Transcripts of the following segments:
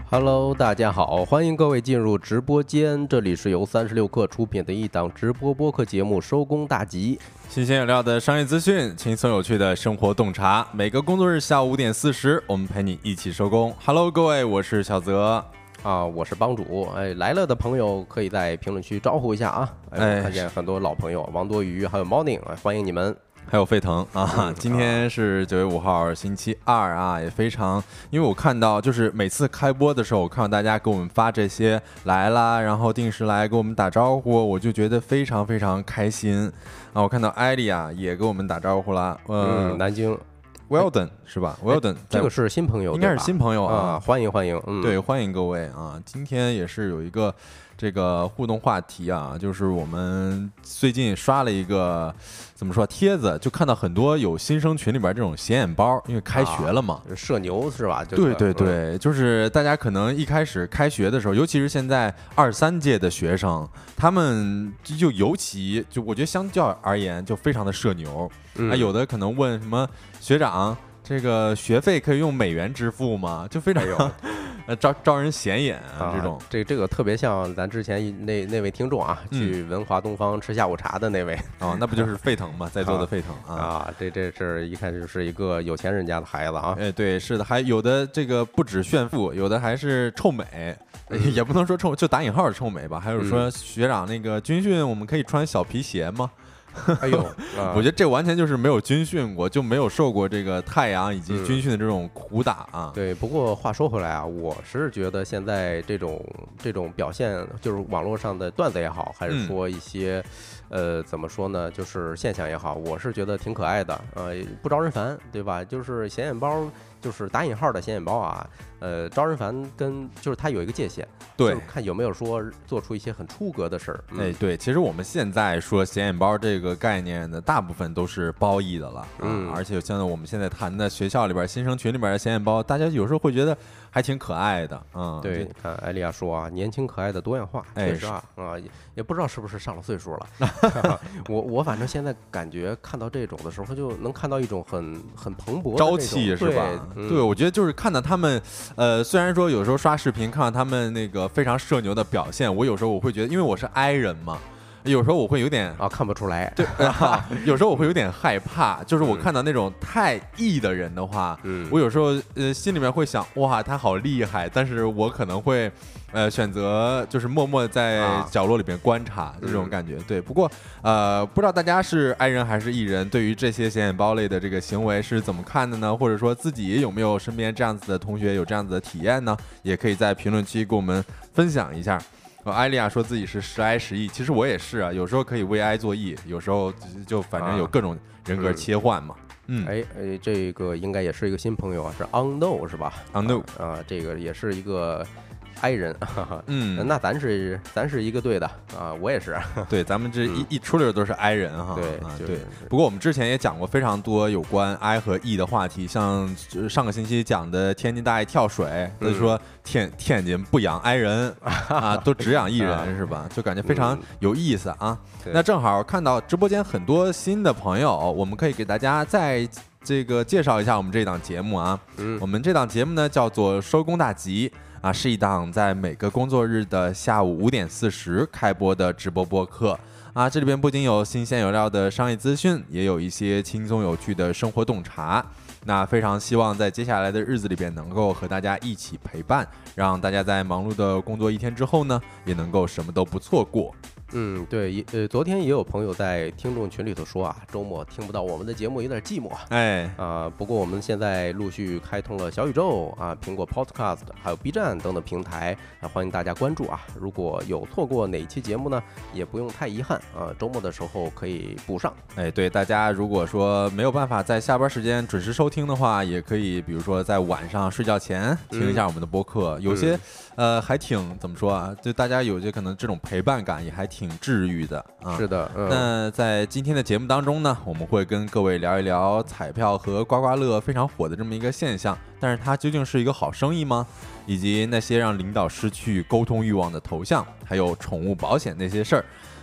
Hello，大家好，欢迎各位进入直播间，这里是由36氪出品的一档直播播客节目，收工大吉。 新鲜有料的商业资讯，轻松有趣的生活洞察，每个工作日下午5点40，我们陪你一起收工。Hello， 各位，我是小泽啊，我是帮主。来了的朋友可以在评论区招呼一下啊。我看见很多老朋友，王多鱼还有 Morning，欢迎你们。 还有沸腾啊！今天是9月5号，星期二啊，也非常，因为我看到就是每次开播的时候，我看到大家给我们发这些来啦，然后定时来给我们打招呼，我就觉得非常非常开心啊！我看到艾莉啊也给我们打招呼了， 南京 ，Weldon 是吧？Weldon 这个是新朋友， 应该是新朋友啊， 欢迎欢迎， 对，欢迎各位啊！今天也是有一个这个互动话题啊，就是我们最近刷了一个怎么说帖子，就看到很多有新生群里边这种显眼包，因为开学了嘛， 社牛是吧？ 对对对，就是大家可能一开始开学的时候，尤其是现在23届的学生，他们就尤其就我觉得相较而言就非常的社牛啊，有的可能问什么学长，这个学费可以用美元支付吗？就非常有。招人显眼啊！这种这个特别像咱之前那位听众啊，去文华东方吃下午茶的那位哦，那不就是沸腾吗？在座的沸腾啊！这是一看就是一个有钱人家的孩子啊！ 哎，对，是的，还有的这个不止炫富，有的还是臭美，也不能说臭，就打引号的臭美吧。还有说学长那个军训，我们可以穿小皮鞋吗？ 哎呦， 我觉得这完全就是没有军训过，就没有受过这个太阳以及军训的这种苦打啊。 对，不过话说回来啊，我是觉得现在这种表现，就是网络上的段子也好，还是说一些怎么说呢，就是现象也好，我是觉得挺可爱的，不招人烦，对吧？就是显眼包，就是打引号的显眼包啊，招人烦跟就是它有一个界限， 对， 看有没有说做出一些很出格的事儿。 哎，对，其实我们现在说显眼包这个概念的大部分都是褒义的了，而且像我们现在谈的学校里边新生群里边的显眼包，大家有时候会觉得还挺可爱的， 对，你看艾莉亚说啊，年轻可爱的多样化，确实啊，也不知道是不是上了岁数了，我反正现在感觉看到这种的时候，就能看到一种很蓬勃的朝气，是吧？对，我觉得就是看到他们，虽然说有时候刷视频看到他们那个非常社牛的表现，我有时候我会觉得，因为我是 I 人嘛。有时候我会有点看不出来， 对，有时候我会有点害怕，就是我看到那种太 E 的人的话，我有时候心里面会想，哇，他好厉害，但是我可能会选择就是默默在角落里边观察这种感觉。对，不过不知道大家是 I 人还是 E 人，对于这些显眼包类的这个行为是怎么看的呢？或者说自己有没有身边这样子的同学有这样子的体验呢？也可以在评论区跟我们分享一下。艾莉亚说自己是10I 10E，其实我也是啊，有时候可以为 I 做 E， 有时候就反正有各种人格切换嘛。 这个应该也是一个新朋友啊，是 Unknown 是吧 ？Unknown 这个也是一个 I 人，那咱是一个队的啊，我也是。 对，咱们这一出溜都是 I 人哈。 对。 不过我们之前也讲过非常多有关 I 和 E 的话题，像上个星期讲的天津大爱跳水，他就说天津不养 I 人啊，都只养 E 人是吧？就感觉非常有意思啊。那正好看到直播间很多新的朋友，我们可以给大家再这个介绍一下我们这档节目啊。我们这档节目呢叫做收工大吉。是一档在每个工作日的下午5点40开播的直播播客啊，这里边不仅有新鲜有料的商业资讯，也有一些轻松有趣的生活洞察。那非常希望在接下来的日子里边能够和大家一起陪伴，让大家在忙碌的工作一天之后呢，也能够什么都不错过。 对，昨天也有朋友在听众群里头说啊，周末听不到我们的节目有点寂寞，不过我们现在陆续开通了小宇宙啊、苹果 Podcast 还有 B 站等等平台欢迎大家关注啊。如果有错过哪一期节目呢，也不用太遗憾啊，周末的时候可以补上。 对，大家如果说没有办法在下班时间准时收听的话，也可以比如说在晚上睡觉前听一下我们的播客，有些还挺怎么说啊，就大家有些可能这种陪伴感也还挺治愈的啊。 是的， 那在今天的节目当中呢，我们会跟各位聊一聊彩票和刮刮乐非常火的这么一个现象，但是它究竟是一个好生意吗？以及那些让领导失去沟通欲望的头像，还有宠物保险那些事儿。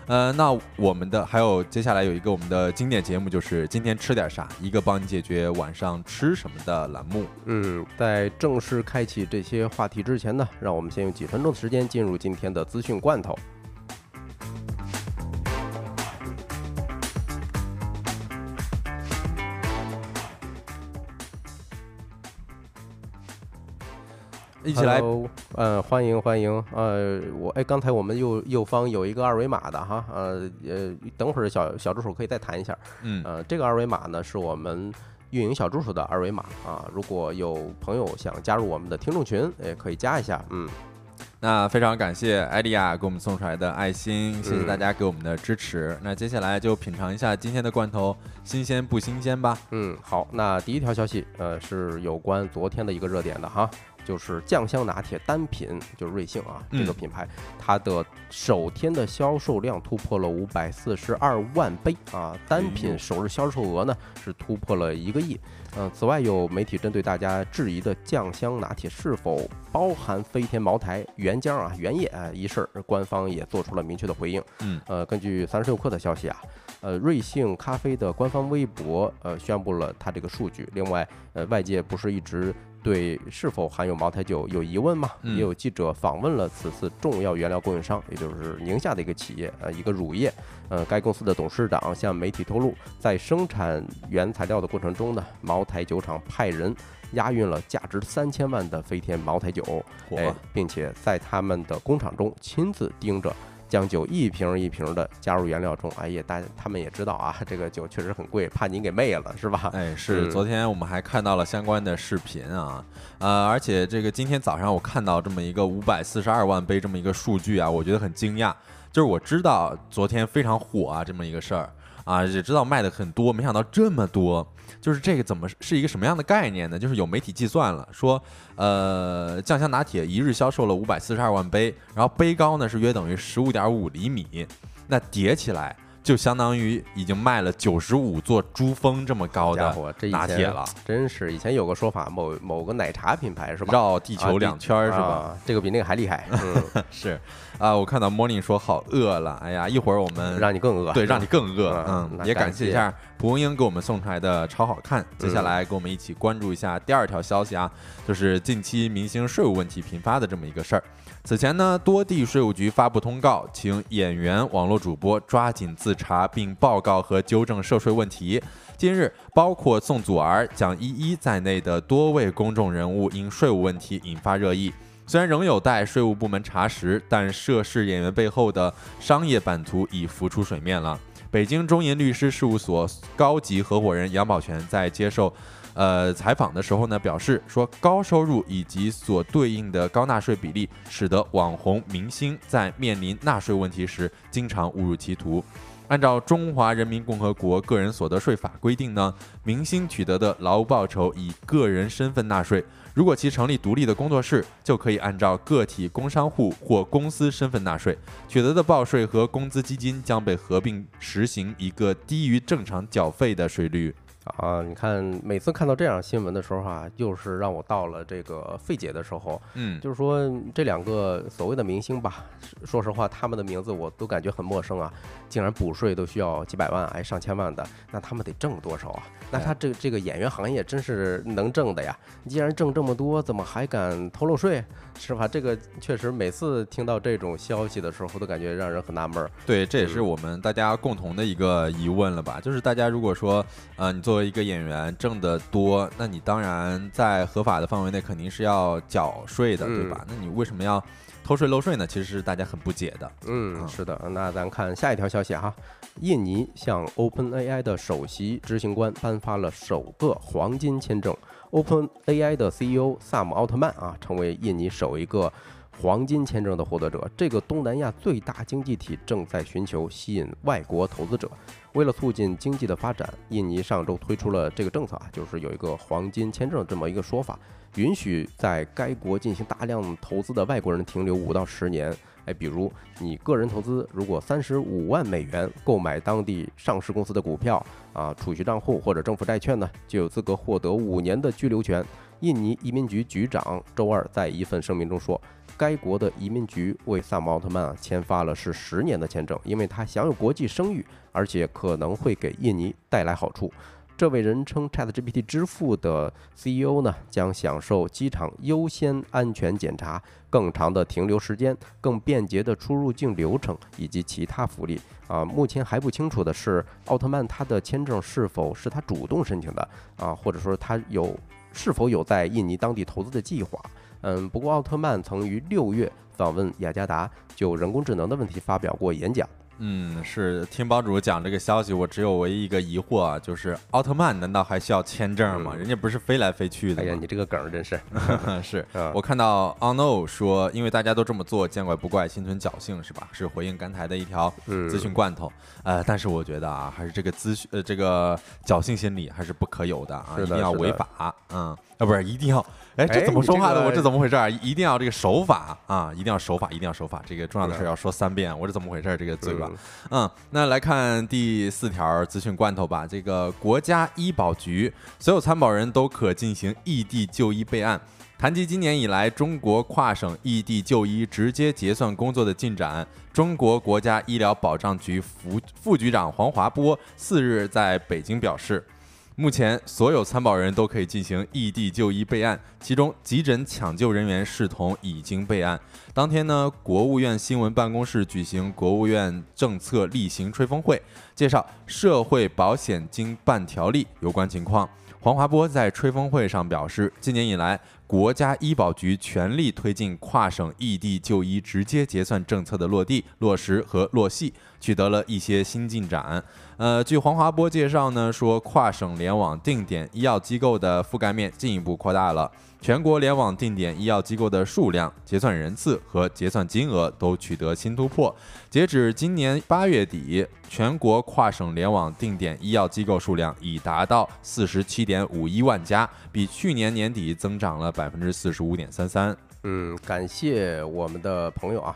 那我们的还有接下来有一个我们的经典节目，就是今天吃点啥，一个帮你解决晚上吃什么的栏目。 在正式开启这些话题之前呢，让我们先用几分钟的时间进入今天的资讯罐头。 一起来， 欢迎，刚才我们右方有一个二维码的哈，等会儿小助手可以再谈一下，这个二维码呢是我们运营小助手的二维码啊，如果有朋友想加入我们的听众群，也可以加一下， 那非常感谢艾莉亚给我们送出来的爱心，谢谢大家给我们的支持。那接下来就品尝一下今天的罐头，新鲜不新鲜吧？ 好，那第一条消息，是有关昨天的一个热点的哈。就是酱香拿铁单品，就是瑞幸啊，这个品牌，它的首天的销售量突破了542万杯啊，单品首日销售额呢是突破了1个亿。此外有媒体针对大家质疑的酱香拿铁是否包含飞天茅台原浆啊原液一事，官方也做出了明确的回应。根据36氪的消息啊，瑞幸咖啡的官方微博宣布了它这个数据。另外，外界不是一直对是否含有茅台酒有疑问吗？也有记者访问了此次重要原料供应商，也就是宁夏的一个企业，一个乳业。该公司的董事长向媒体透露，在生产原材料的过程中呢，茅台酒厂派人押运了价值3000万的飞天茅台酒，并且在他们的工厂中亲自盯着，将酒一瓶一瓶的加入原料中。他们也知道啊，这个酒确实很贵，怕您给昧了，是吧？ 是。昨天我们还看到了相关的视频啊，而且这个今天早上我看到这么一个542万杯这么一个数据啊，我觉得很惊讶。就是我知道昨天非常火啊这么一个事儿啊，也知道卖的很多，没想到这么多。就是这个怎么是一个什么样的概念呢？就是有媒体计算了，说酱香拿铁一日销售了542万杯，然后杯高呢是约等于15.5厘米，那叠起来就相当于已经卖了95座珠峰这么高的拿铁了。 真是以前有个说法，某个奶茶品牌是吧？ 绕地球2圈是吧？ 这个比那个还厉害。 是啊，我看到 Morning 说好饿了，哎呀，一会儿我们让你更饿， 对，让你更饿。也感谢一下蒲公英给我们送出来的超好看。接下来跟我们一起关注一下第2条消息啊，就是近期明星税务问题频发的这么一个事儿。此前呢，多地税务局发布通告，请演员、网络主播抓紧自查并报告和纠正涉税问题。近日，包括宋祖儿、蒋依依在内的多位公众人物因税务问题引发热议。虽然仍有待税务部门查实，但涉事演员背后的商业版图已浮出水面了。北京中银律师事务所高级合伙人杨宝全在接受采访的时候呢，表示说，高收入以及所对应的高纳税比例，使得网红明星在面临纳税问题时，经常误入歧途。按照中华人民共和国个人所得税法规定呢，明星取得的劳务报酬以个人身份纳税，如果其成立独立的工作室，就可以按照个体工商户或公司身份纳税，取得的报税和工资基金将被合并实行一个低于正常缴费的税率。 你看每次看到这样新闻的时候啊，就是让我到了这个费解的时候。就是说这2个所谓的明星吧，说实话他们的名字我都感觉很陌生啊，竟然补税都需要几百万上千万的，那他们得挣多少啊？那他这个演员行业真是能挣的呀，既然挣这么多，怎么还敢偷漏税，是吧？这个确实每次听到这种消息的时候都感觉让人很纳闷。 对，这也是我们大家共同的一个疑问了吧，就是大家如果说你作为一个演员挣得多，那你当然在合法的范围内肯定是要缴税的，对吧？那你为什么要偷税漏税呢？其实是大家很不解的。 是的。那咱看下一条消息哈，印尼向 OpenAI 的首席执行官颁发了首个黄金签证。OpenAI 的 CEO 萨姆奥特曼成为印尼首一个黄金签证的获得者。这个东南亚最大经济体正在寻求吸引外国投资者。为了促进经济的发展，印尼上周推出了这个政策就是有一个黄金签证这么一个说法，允许在该国进行大量投资的外国人停留5到10年。比如你个人投资如果35万美元购买当地上市公司的股票储蓄账户或者政府债券呢，就有资格获得5年的居留权。印尼移民局局长周二在一份声明中说， 该国的移民局为萨姆奥特曼签发了是10年的签证，因为他享有国际声誉，而且可能会给印尼带来好处。这位人称 ChatGPT 之父的 CEO 呢，将享受机场优先安全检查、更长的停留时间、更便捷的出入境流程以及其他福利。目前还不清楚的是，奥特曼他的签证是否是他主动申请的或者说他是否有在印尼当地投资的计划。不过奥特曼曾于6月访问雅加达，就人工智能的问题发表过演讲。 是听堡主讲这个消息，我只有唯一一个疑惑啊，就是奥特曼难道还需要签证吗？人家不是飞来飞去的吗？ 哎呀，你这个梗真是是我看到 ONO 说，因为大家都这么做，见怪不怪，心存侥幸，是吧？是回应刚才的一条资讯罐头。但是我觉得还是这个侥幸心理还是不可有的啊，一定要违法不是一定要。这怎么说话的？我这怎么回事？一定要这个守法啊！一定要守法，一定要守法。这个重要的事要说3遍。我这怎么回事？这个嘴巴。那来看第4条资讯罐头吧。这个国家医保局所有参保人都可进行异地就医备案。谈及今年以来中国跨省异地就医直接结算工作的进展，中国国家医疗保障局副局长黄华波4日在北京表示，目前所有参保人都可以进行异地就医备案，其中急诊抢救人员视同已经备案。当天呢，国务院新闻办公室举行国务院政策例行吹风会，介绍社会保险经办条例有关情况。黄华波在吹风会上表示，今年以来，国家医保局全力推进跨省异地就医直接结算政策的落地、落实和落细，取得了一些新进展。据黄华波介绍呢，说跨省联网定点医药机构的覆盖面进一步扩大了，全国联网定点医药机构的数量、结算人次和结算金额都取得新突破。截止今年8月底，全国跨省联网定点医药机构数量已达到47.51万家，比去年年底增长了45.33%。 感谢我们的朋友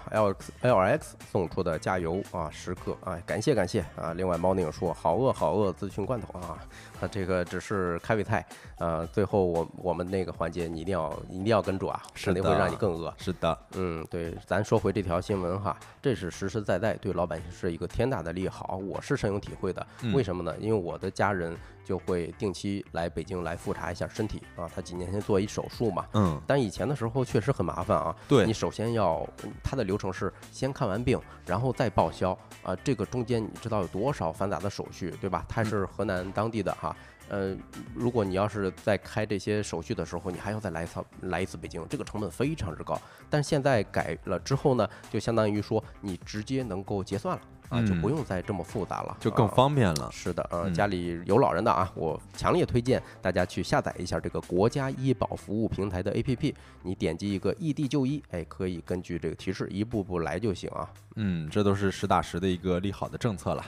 LX 送出的加油时刻感谢另外猫宁说好饿资讯罐头这个只是开胃菜最后我们那个环节你一定要跟住肯定会让你更饿。 是的， 对，咱说回这条新闻这是实实在在对老百姓是一个天大的利好，我是深有体会的。为什么呢？因为我的家人就会定期来北京来复查一下身体他几年前做一手术嘛，但以前的时候确实很麻烦对， 你首先他的流程是先看完病，然后再报销这个中间你知道有多少繁杂的手续，对吧？他是河南当地的如果你要是在开这些手续的时候，你还要再来一次北京，这个成本非常之高。但现在改了之后呢，就相当于说你直接能够结算了。就不用再这么复杂了， 就更方便了。 是的，家里有老人的我强烈推荐大家去下载一下这个国家医保服务平台的 APP， 你点击一个异地就医，可以根据这个提示一步步来就行这都是实打实的一个利好的政策了。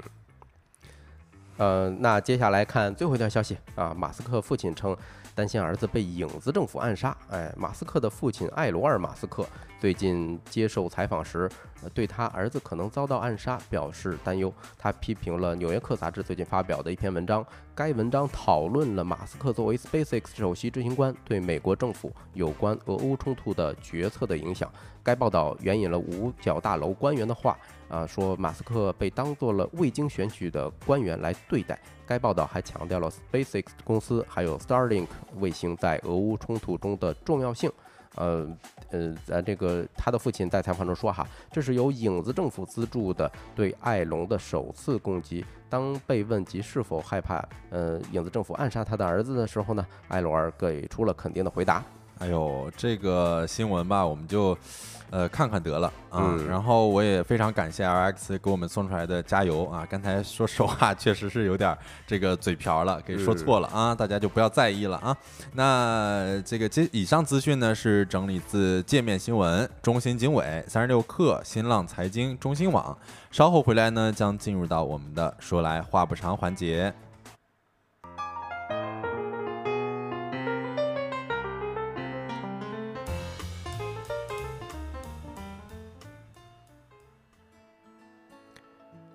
那接下来看最后一条消息马斯克父亲称担心儿子被影子政府暗杀。马斯克的父亲埃罗尔·马斯克最近接受采访时，对他儿子可能遭到暗杀表示担忧。他批评了《纽约客》杂志最近发表的一篇文章，该文章讨论了马斯克作为 SpaceX 首席执行官对美国政府有关俄乌冲突的决策的影响。该报道援引了五角大楼官员的话，说马斯克被当作了未经选举的官员来对待。该报道还强调了 SpaceX 公司还有 Starlink 卫星在俄乌冲突中的重要性。这个他的父亲在采访中说这是由影子政府资助的对艾隆的首次攻击。当被问及是否害怕影子政府暗杀他的儿子的时候呢，埃罗尔给出了肯定的回答。 哎呦，这个新闻吧，我们就看看得了然后我也非常感谢 RX 给我们送出来的加油刚才说实话确实是有点这个嘴瓢了，给说错了大家就不要在意了那这个以上资讯呢是整理自界面新闻、中新经纬、36氪、新浪财经、中新网。稍后回来呢将进入到我们的说来话不长环节。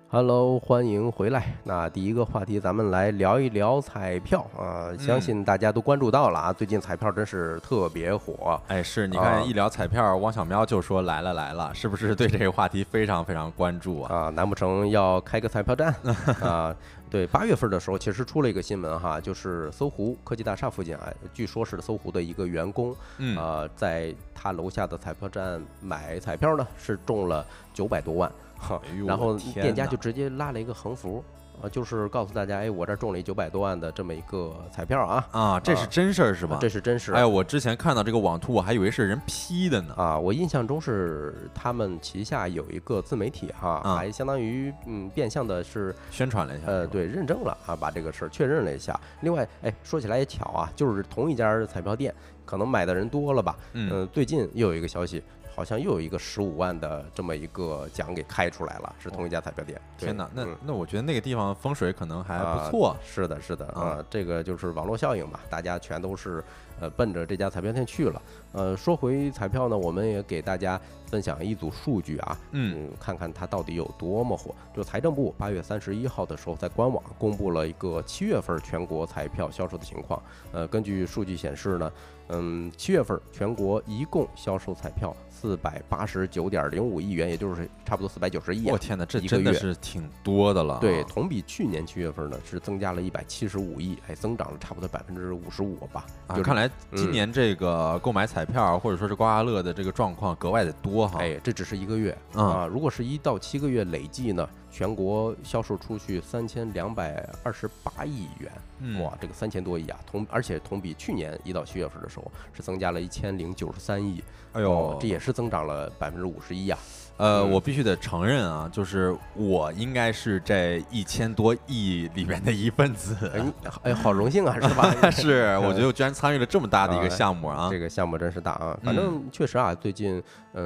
Hello， 欢迎回来。那第一个话题，咱们来聊一聊彩票啊。相信大家都关注到了啊，最近彩票真是特别火。 哎，是你看一聊彩票，汪小喵就说来了，是不是对这个话题非常非常关注啊？ 难不成要开个彩票站啊？对，8月份的时候，其实出了一个新闻哈，就是搜狐科技大厦附近啊，据说是搜狐的一个员工，在他楼下的彩票站买彩票呢，是中了900多万。然后店家就直接拉了一个横幅就是告诉大家，哎，我这中了900多万的这么一个彩票这是真事儿是吧？ 这是真事。 哎，我之前看到这个网图，我还以为是人 P 的呢。 我印象中是他们旗下有一个自媒体还相当于变相的是宣传了一下， 对，认证了把这个事儿确认了一下。另外，哎，说起来也巧就是同一家彩票店，可能买的人多了吧？最近又有一个消息。好像又有一个15万的这么一个奖给开出来了，是同一家彩票店。 天哪，那我觉得那个地方风水可能还不错。 是的，这个就是网络效应嘛，大家全都是奔着这家彩票店去了。说回彩票呢，我们也给大家分享一组数据看看它到底有多么火。就财政部8月31号的时候，在官网公布了一个7月份全国彩票销售的情况。根据数据显示呢，7月份全国一共销售彩票489.05亿元，也就是差不多490亿。 我天哪，这真的是挺多的了。 对，同比去年7月份呢是增加了175亿，增长了差不多55%吧。 看来今年这个购买彩票或者说是刮刮乐的这个状况格外的多哈。 这只是1个月如果是1到7个月累计呢，全国销售出去3228亿元。哇，这个3000多亿而且同比去年1到7月份的时候是增加了1093亿。 哎呦， 这也是增长了51% 我必须得承认就是我应该是这1000多亿里面的一份子。 好荣幸是吧？ 是，我觉得我居然参与了这么大的一个项目这个项目真是大反正确实最近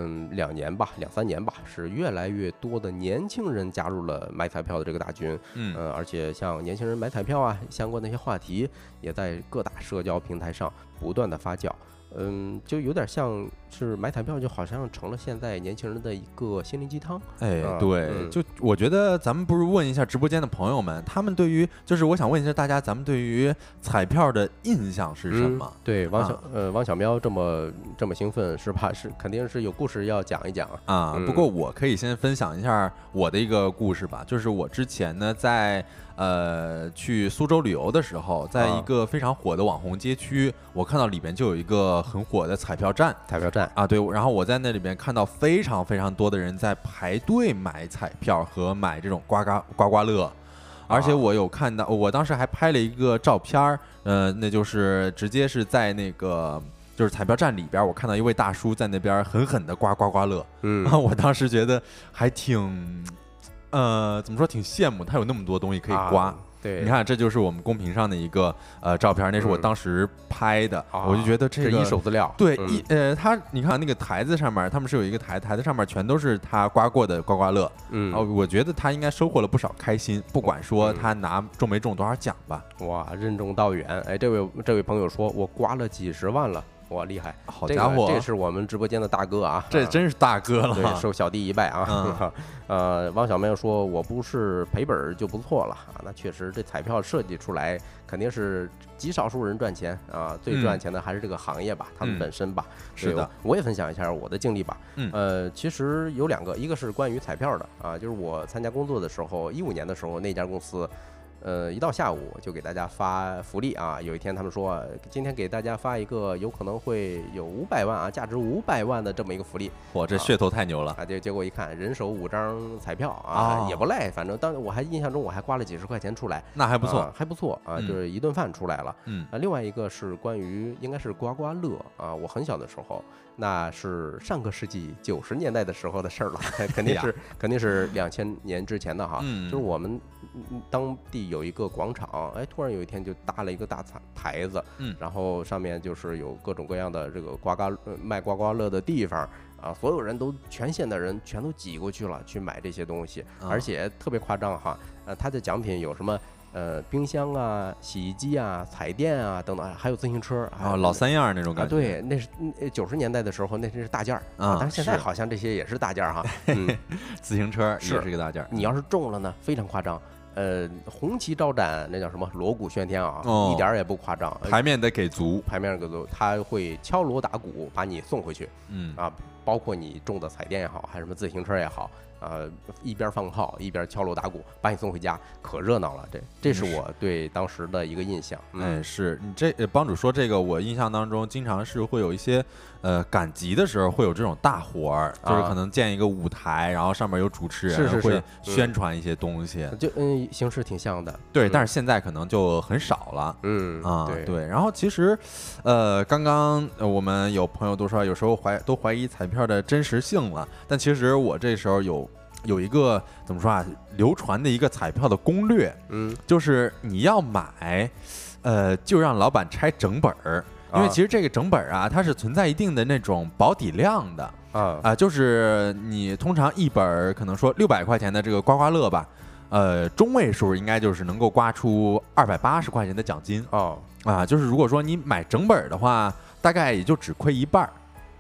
2年吧，2、3年吧，是越来越多的年轻人加入了买彩票的这个大军。而且像年轻人买彩票相关的一些话题，也在各大社交平台上不断的发酵。就有点像是买彩票，就好像成了现在年轻人的一个心灵鸡汤。 对，就我觉得咱们不如问一下直播间的朋友们，他们对于就是我想问一下大家，咱们对于彩票的印象是什么？ 对，汪小喵这么兴奋是吧？是肯定是有故事要讲一讲不过我可以先分享一下我的一个故事吧，就是我之前呢在去苏州旅游的时候，在一个非常火的网红街区，我看到里边就有一个很火的彩票站对，然后我在那里边看到非常非常多的人在排队买彩票和买这种刮刮乐，而且我有看到，我当时还拍了一个照片那就是直接是在那个就是彩票站里边，我看到一位大叔在那边狠狠的刮刮乐，然后我当时觉得还挺怎么说，挺羡慕他有那么多东西可以刮。 对， 你看，这就是我们公屏上的一个照片，那是我当时拍的，我就觉得这个一手资料。 对，你看那个台子上面，他们是有一个台子上面全都是他刮过的刮刮乐，我觉得他应该收获了不少开心，不管说他中没中多少奖吧。 哇，任重道远。这位朋友说，我刮了几十万了。哇，厉害！ 好家伙， 这是我们直播间的大哥这真是大哥了， 对，受小弟一拜汪小妹说，我不是赔本就不错了那确实，这彩票设计出来肯定是极少数人赚钱最赚钱的还是这个行业吧，他们本身吧。 是的， 我也分享一下我的经历吧。其实有2个，一个是关于彩票的就是我参加工作的时候，15年的时候，那家公司。一到下午就给大家发福利有一天他们说，今天给大家发一个有可能会有500万价值500万的这么一个福利。 哇，这噱头太牛了结果一看，人手5张彩票也不赖，反正当我还印象中我还刮了几十块钱出来， 那还不错， 还不错就是一顿饭出来了。另外一个是关于应该是刮刮乐我很小的时候，那是上个世纪90年代的时候的事儿了，肯定是2000年之前的就是我们当地有一个广场，突然有一天就搭了一个大台子，然后上面就是有各种各样的这个卖刮刮乐的地方所有人都全县的人全都挤过去了去买这些东西，而且特别夸张它的奖品有什么冰箱啊、洗衣机啊、彩电啊等等，还有自行车啊，老三样那种感觉。 对，那是90年代的时候，那真是大件儿啊。但是现在好像这些也是大件儿哈。 自行车也是个大件儿。 你要是中了呢，非常夸张。红旗招展，那叫什么锣鼓喧天啊，一点也不夸张。 牌面得给足， 他会敲锣打鼓把你送回去。包括你中的彩电也好，还是什么自行车也好。一边放炮一边敲锣打鼓把你送回家，可热闹了。这是我对当时的一个印象。 是你这帮主说这个，我印象当中经常是会有一些赶集的时候会有这种大活儿，就是可能建一个舞台，然后上面有主持人会宣传一些东西， 就形式挺像的。 对，但是现在可能就很少了。对。然后其实刚刚我们有朋友都说有时候都怀疑彩票的真实性了，但其实我这时候有一个怎么说啊，流传的一个彩票的攻略，就是你要买，就让老板拆整本儿，因为其实这个整本儿啊，它是存在一定的那种保底量的就是你通常一本可能说600块钱的这个刮刮乐吧，中位数应该就是能够刮出280块钱的奖金就是如果说你买整本的话，大概也就只亏一半。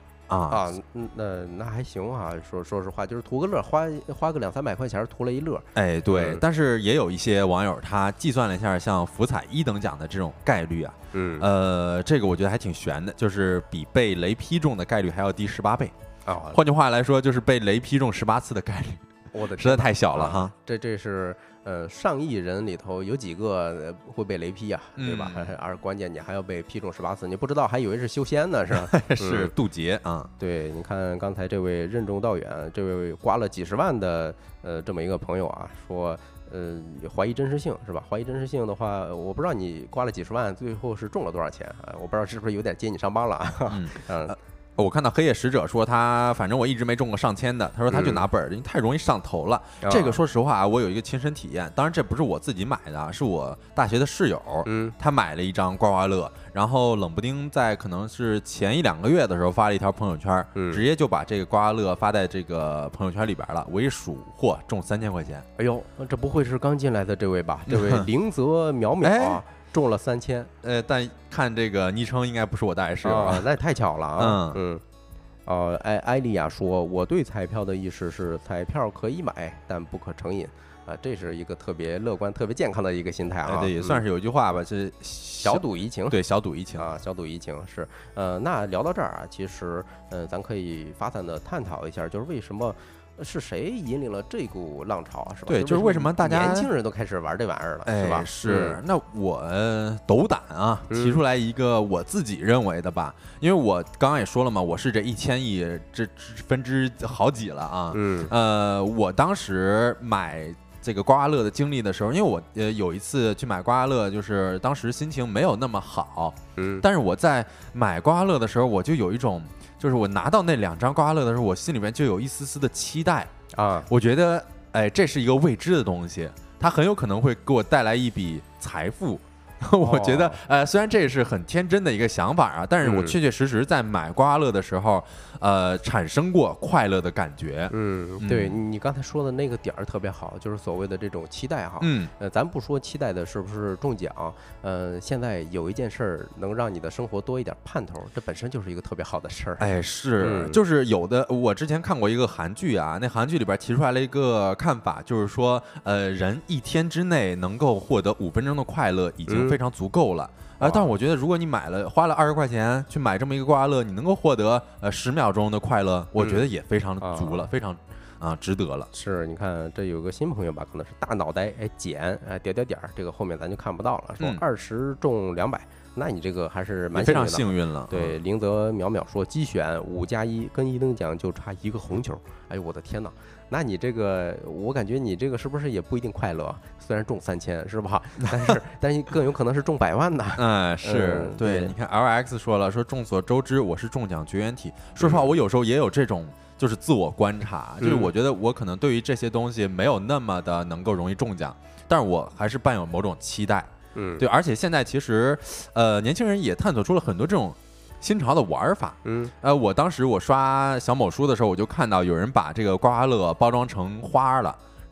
那还行啊。说实话，就是图个乐，花个200-300块钱图了一乐。 对。但是也有一些网友他计算了一下，像福彩1等奖的这种概率啊，这个我觉得还挺悬的，就是比被雷劈中的概率还要低18倍换句话来说，就是被雷劈中18次的概率， 我的实在太小了哈。 这是上亿人里头有几个会被雷劈啊，对吧？而关键你还要被劈中18次，你不知道还以为是修仙呢，是吧？ 是渡劫啊。 对，你看刚才这位任重道远，这位刮了几十万的这么一个朋友啊，说怀疑真实性是吧？怀疑真实性的话，我不知道你刮了几十万，最后是中了多少钱啊？我不知道是不是有点揭你伤疤了。 我看到黑夜使者说他反正我一直没中过上千的，他说他就拿本儿，因为太容易上头了。这个说实话我有一个亲身体验，当然这不是我自己买的，是我大学的室友，他买了一张刮刮乐，然后冷不丁在可能是前1-2个月的时候发了一条朋友圈，直接就把这个刮刮乐发在这个朋友圈里边了，我一数，嚯，中3000块钱。 哎呦，这不会是刚进来的这位吧？这位灵泽淼淼啊。中了3000， 但看这个昵称应该不是我大学室友那也太巧了啊。艾丽亚说，我对彩票的意识是彩票可以买，但不可成瘾这是一个特别乐观、特别健康的一个心态啊。 对，也算是有一句话吧，是小赌怡情。 对，小赌怡情小赌怡情是。那聊到这儿啊，其实咱可以发散的探讨一下，就是为什么。是谁引领了这股浪潮啊？是吧？ 对，就是为什么大家年轻人都开始玩这玩意儿了，是吧？ 是。那我斗胆啊，提出来一个我自己认为的吧，因为我刚刚也说了嘛，我是这1000亿这分之好几了啊。我当时买这个刮刮乐的经历的时候，因为我有一次去买刮刮乐，就是当时心情没有那么好，但是我在买刮刮乐的时候，我就有一种。就是我拿到那2张刮刮乐的时候，我心里面就有一丝丝的期待我觉得这是一个未知的东西，它很有可能会给我带来一笔财富。我觉得虽然这是很天真的一个想法啊，但是我确确实实在买刮刮乐的时候产生过快乐的感觉。 对，你刚才说的那个点儿特别好，就是所谓的这种期待哈。咱不说期待的是不是中奖，现在有一件事儿能让你的生活多一点盼头，这本身就是一个特别好的事儿。 是，就是有的。我之前看过一个韩剧啊，那韩剧里边提出来了一个看法，就是说人1天之内能够获得5分钟的快乐已经非常足够了。但是我觉得如果你花了20块钱去买这么一个刮刮乐，你能够获得10秒钟的快乐，我觉得也非常足了，非常值得了。 是，你看这有个新朋友吧，可能是大脑袋减点点点，这个后面咱就看不到了，说20中200。那你这个还是蛮非常幸运了。 对，灵泽淼淼说机选5+1跟1等奖就差1个红球。哎呦我的天哪！那你这个，我感觉你这个是不是也不一定快乐？虽然中3000是吧？但是更有可能是中100万的。 是对。你看 LX 说了，说众所周知我是中奖绝缘体。说实话，我有时候也有这种就是自我观察，就是我觉得我可能对于这些东西没有那么的能够容易中奖，但是我还是伴有某种期待。对，而且现在其实，年轻人也探索出了很多这种新潮的玩法。我当时我刷小某书的时候，我就看到有人把这个刮刮乐包装成花了，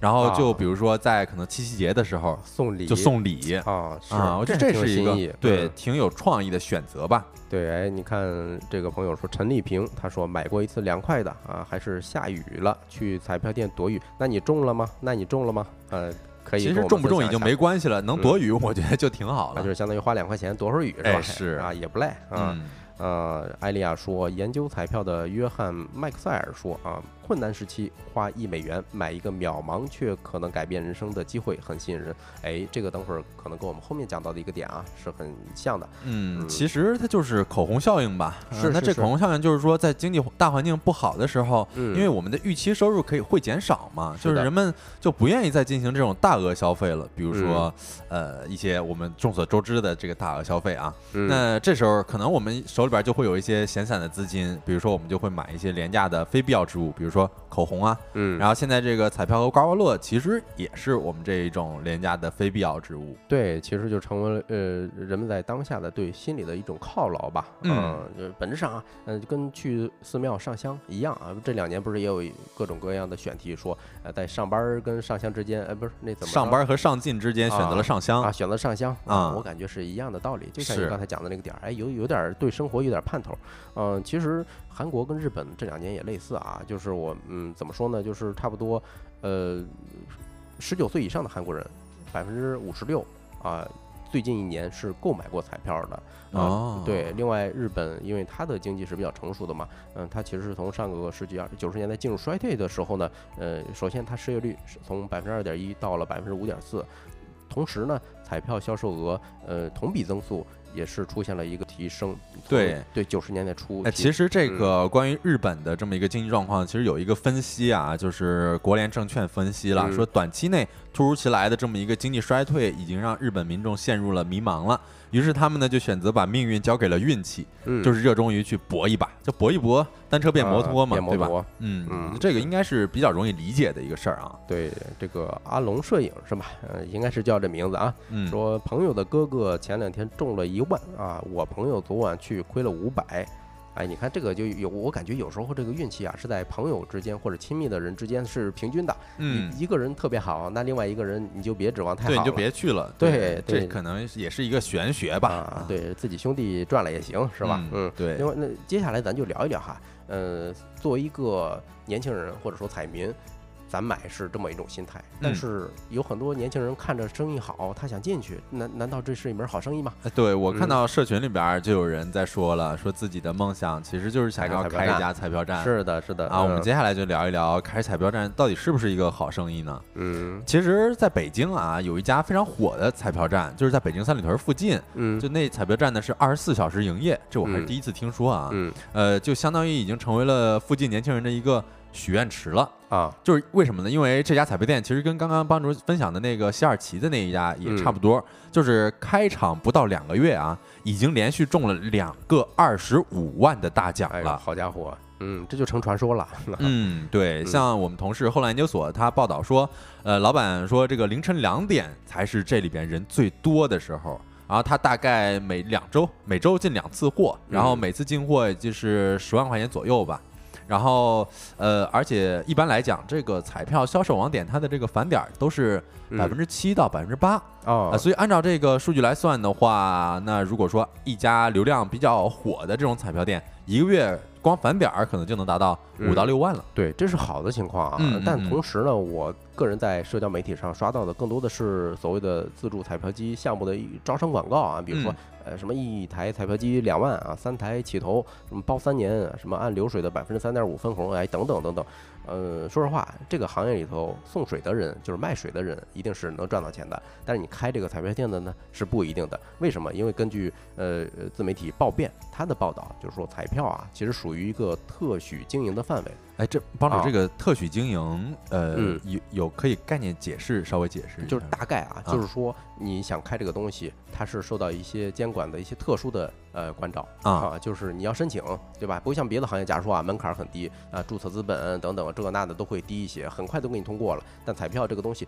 然后就比如说在可能七夕节的时候送礼， 就送礼啊， 我觉得这是一个对挺有创意的选择吧。 对，哎，你看这个朋友说陈丽萍，他说买过一次2块的啊，还是下雨了，去彩票店躲雨，那你中了吗？可以， 其实中不中已经没关系了，能躲雨我觉得就挺好了， 那就是相当于花2块钱躲会儿雨是吧？ 是啊，也不赖啊。艾利亚说，研究彩票的约翰麦克塞尔说啊，困难时期花1美元买一个渺茫却可能改变人生的机会，很吸引人。哎，这个等会儿可能跟我们后面讲到的一个点啊是很像的。 其实它就是口红效应吧。那这口红效应就是说，在经济大环境不好的时候，因为我们的预期收入会减少嘛，就是人们就不愿意再进行这种大额消费了。比如说，一些我们众所周知的这个大额消费啊，那这时候可能我们手里边就会有一些闲散的资金，比如说我们就会买一些廉价的非必要之物，比如说口红啊，然后现在这个彩票和刮刮乐其实也是我们这一种廉价的非必要之物。 对，其实就成为了人们在当下的对心理的一种犒劳吧。本质上啊，跟去寺庙上香一样啊。这2年不是也有各种各样的选题说，在上班跟上香之间，不是那怎么上班和上进之间选择了上香选择上香啊，我感觉是一样的道理，就像你刚才讲的那个点，哎，有点对生活有点盼头。其实韩国跟日本这2年也类似啊，就是我怎么说呢，就是差不多19岁以上的韩国人56%啊，最近1年是购买过彩票的。对，另外日本因为它的经济是比较成熟的嘛，它其实是从上个世纪90年代进入衰退的时候呢，首先它失业率是从2.1%到了5.4%，同时呢，彩票销售额同比增速也是出现了一个提升。对，90年代初。 其实这个关于日本的这么一个经济状况，其实有一个分析啊，就是国联证券分析了，说短期内突如其来的这么一个经济衰退，已经让日本民众陷入了迷茫了。于是他们呢就选择把命运交给了运气，就是热衷于去搏一把，就搏一搏，单车变摩托嘛，对吧？这个应该是比较容易理解的一个事儿啊。 对，这个阿龙摄影是吧？应该是叫这名字啊。说朋友的哥哥前2天中了1万啊，我朋友昨晚去亏了500。哎，你看这个就我感觉有时候这个运气啊是在朋友之间或者亲密的人之间是平均的。一个人特别好，那另外一个人你就别指望太好了， 对，你就别去了。 对， 这可能也是一个玄学吧。 对自己兄弟赚了也行，是吧？ 对。 另外，那接下来咱就聊一聊哈。作为一个年轻人或者说彩民，咱买是这么一种心态，但是有很多年轻人看着生意好，他想进去，难道这是一门好生意吗？ 对，我看到社群里边就有人在说了，说自己的梦想其实就是想要开一家彩票站。 是的啊，我们接下来就聊一聊开彩票站到底是不是一个好生意呢？其实在北京啊，有一家非常火的彩票站，就是在北京三里屯附近。就那彩票站呢是24小时营业，这我还是第一次听说啊。就相当于已经成为了附近年轻人的一个许愿池了啊。就是为什么呢？因为这家彩票店其实跟刚刚帮主分享的那个西二旗的那一家也差不多，就是开场不到2个月啊，已经连续中了2个25万的大奖了。 好家伙，这就成传说了。 对，像我们同事后来研究所他报道说，老板说这个凌晨2点才是这里边人最多的时候。然后他大概每周进2次货，然后每次进货也就是10万块钱左右吧。然后而且一般来讲，这个彩票销售网点它的这个返点都是7%到8%所以按照这个数据来算的话，那如果说一家流量比较火的这种彩票店，一个月光返点可能就能达到5到6万了。 对，这是好的情况啊。但同时呢，我个人在社交媒体上刷到的更多的是所谓的自助彩票机项目的招商广告啊，比如说什么1台彩票机2万啊，3台起投，什么包3年，什么按流水的3.5%分红，哎，等等等等。说实话，这个行业里头送水的人，就是卖水的人，一定是能赚到钱的。但是你开这个彩票店的呢，是不一定的。为什么？因为根据自媒体报变他的报道，就是说彩票啊，其实属于一个特许经营的范围。 哎，这帮主这个特许经营，有可以概念稍微解释一下。 就是大概啊，就是说你想开这个东西，它是受到一些监管的一些特殊的关照啊，就是你要申请，对吧？不像别的行业，假如说啊门槛很低啊，注册资本等等这那的都会低一些，很快都给你通过了。但彩票这个东西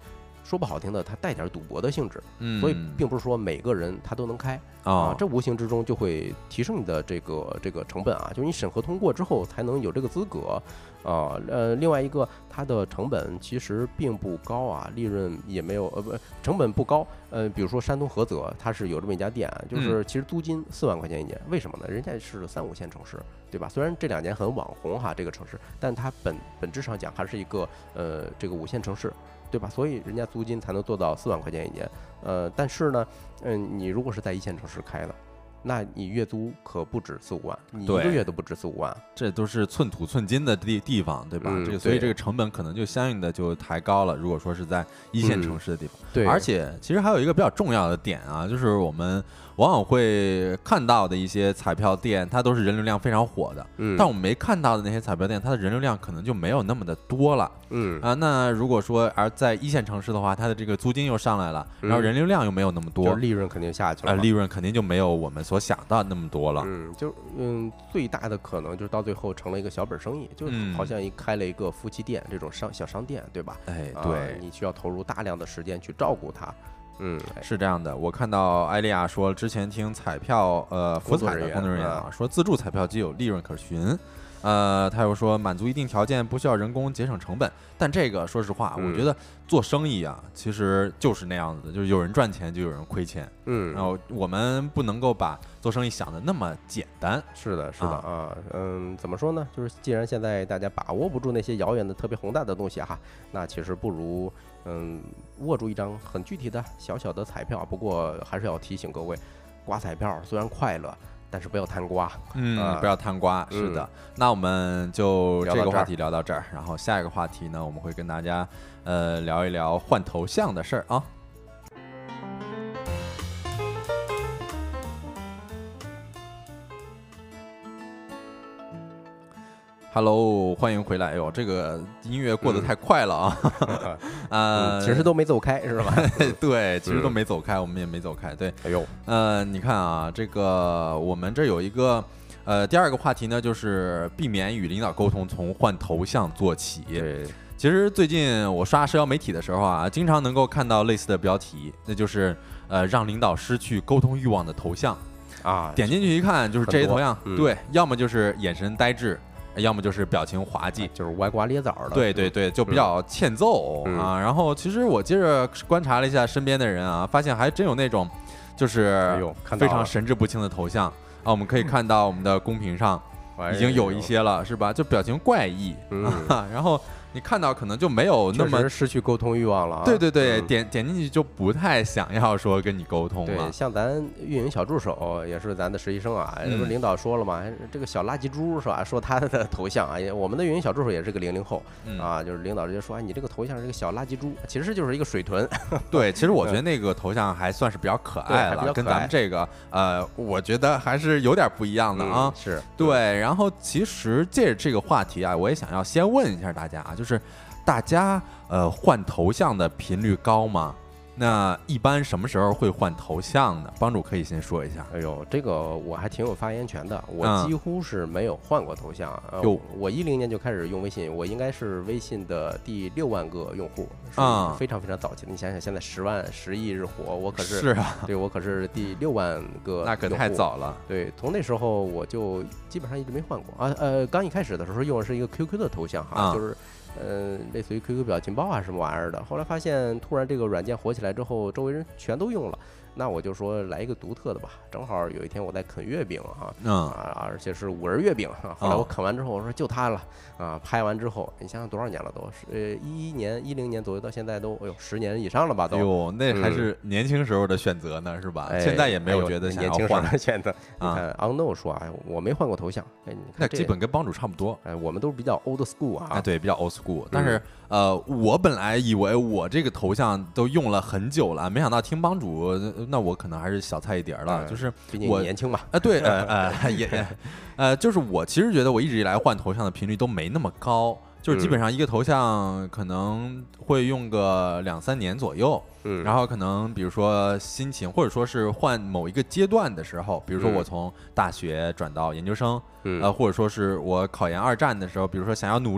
说不好听的，它带点赌博的性质，所以并不是说每个人他都能开啊，这无形之中就会提升你的这个成本啊，就是你审核通过之后才能有这个资格啊。另外一个，它的成本其实并不高啊，利润也没有成本不高。比如说山东菏泽，它是有这么一家店，就是其实租金4万块钱一年，为什么呢？人家是3、5线城市，对吧？虽然这2年很网红哈，这个城市，但它本质上讲还是一个这个5线城市。对吧？所以人家租金才能做到4万块钱一年，但是呢，你如果是在1线城市开的，那你月租可不止4、5万，你一个月都不止4、5万， 这都是寸土寸金的地方，对吧？所以这个成本可能就相应的就抬高了。如果说是在1线城市的地方， 对， 而且其实还有一个比较重要的点啊，就是我们往往会看到的一些彩票店，它都是人流量非常火的，但我们没看到的那些彩票店，它的人流量可能就没有那么的多了，那如果说而在1线城市的话，它的这个租金又上来了，然后人流量又没有那么多， 利润肯定下去了， 利润肯定就没有我们所想到那么多了， 最大的可能就是到最后成了一个小本生意，就好像开了一个夫妻店这种小商店，对吧？ 对， 你需要投入大量的时间去照顾它。 是这样的。我看到艾丽亚说，之前听彩票福彩的工作人员啊说，自助彩票机有利润可循。他又说满足一定条件不需要人工节省成本，但这个说实话，我觉得做生意啊，其实就是那样子的，就是有人赚钱就有人亏钱。然后我们不能够把做生意想的那么简单。 是的啊，怎么说呢？就是既然现在大家把握不住那些遥远的、特别宏大的东西哈，那其实不如握住一张很具体的小小的彩票。不过还是要提醒各位，刮彩票虽然快乐，但是不要贪瓜， 不要贪瓜。是的，那我们就这个话题聊到这儿，然后下一个话题呢，我们会跟大家聊一聊换头像的事儿啊。Hello， 欢迎回来。哎呦，这个音乐过得太快了啊！ 其实都没走开是吧？ 对，其实都没走开，我们也没走开。对， 哎呦， 你看啊，这个我们这有一个第二个话题呢，就是避免与领导沟通从换头像做起。 对， 其实最近我刷社交媒体的时候啊，经常能够看到类似的标题，那就是让领导失去沟通欲望的头像啊。 点进去一看，就是这些头像，对，要么就是眼神呆滞。要么就是表情滑稽， 就是歪瓜裂枣的， 对，就比较欠揍啊。然后其实我接着观察了一下身边的人啊，发现还真有那种就是非常神志不清的头像啊。我们可以看到我们的公屏上已经有一些了，是吧？就表情怪异然后你看到可能就没有那么失去沟通欲望了啊。 对，点进去就不太想要说跟你沟通了。 对，像咱运营小助手也是咱的实习生啊，不是领导说了嘛，这个小垃圾猪是吧？说他的头像啊，我们的运营小助手也是个00后啊，就是领导直接说，你这个头像是个小垃圾猪，其实就是一个水豚。 对，其实我觉得那个头像还算是比较可爱了，跟咱们这个我觉得还是有点不一样的啊。 是对，然后其实借着这个话题啊，我也想要先问一下大家啊，就是大家换头像的频率高吗？那一般什么时候会换头像呢？帮主可以先说一下。 哎呦，这个我还挺有发言权的，我几乎是没有换过头像。我10年就开始用微信，我应该是微信的第6万个用户，是非常非常早期的。你想想，现在10亿日活，我可是啊， 对我可是第6万个， 那可太早了。 对，从那时候我就基本上一直没换过啊。刚一开始的时候用的是一个 QQ 的头像哈，就是类似于 QQ 表情包啊什么玩意儿的。后来发现突然这个软件火起来之后，周围人全都用了，那我就说来一个独特的吧。正好有一天我在啃月饼而且是5仁月饼后来我啃完之后我说就它了啊。拍完之后你想想多少年了，都是10年左右到现在都10年以上了吧都。 哟，那还是年轻时候的选择呢是吧？现在也没有觉得想要换。 年轻时候的选择你看 Unknown 说啊，我没换过头像。你看那基本跟帮主差不多。 我们都是比较 old school 啊。 对，比较 old school。但是我本来以为我这个头像都用了很久了，没想到听帮主，那我可能还是小菜一碟了。就是毕竟你年轻嘛。 对，就是我其实觉得我一直以来换头像的频率都没那么高，就是基本上一个头像可能会用个2-3年左右。然后可能比如说心情，或者说是换某一个阶段的时候，比如说我从大学转到研究生，或者说是我考研2战的时候，比如说想要努力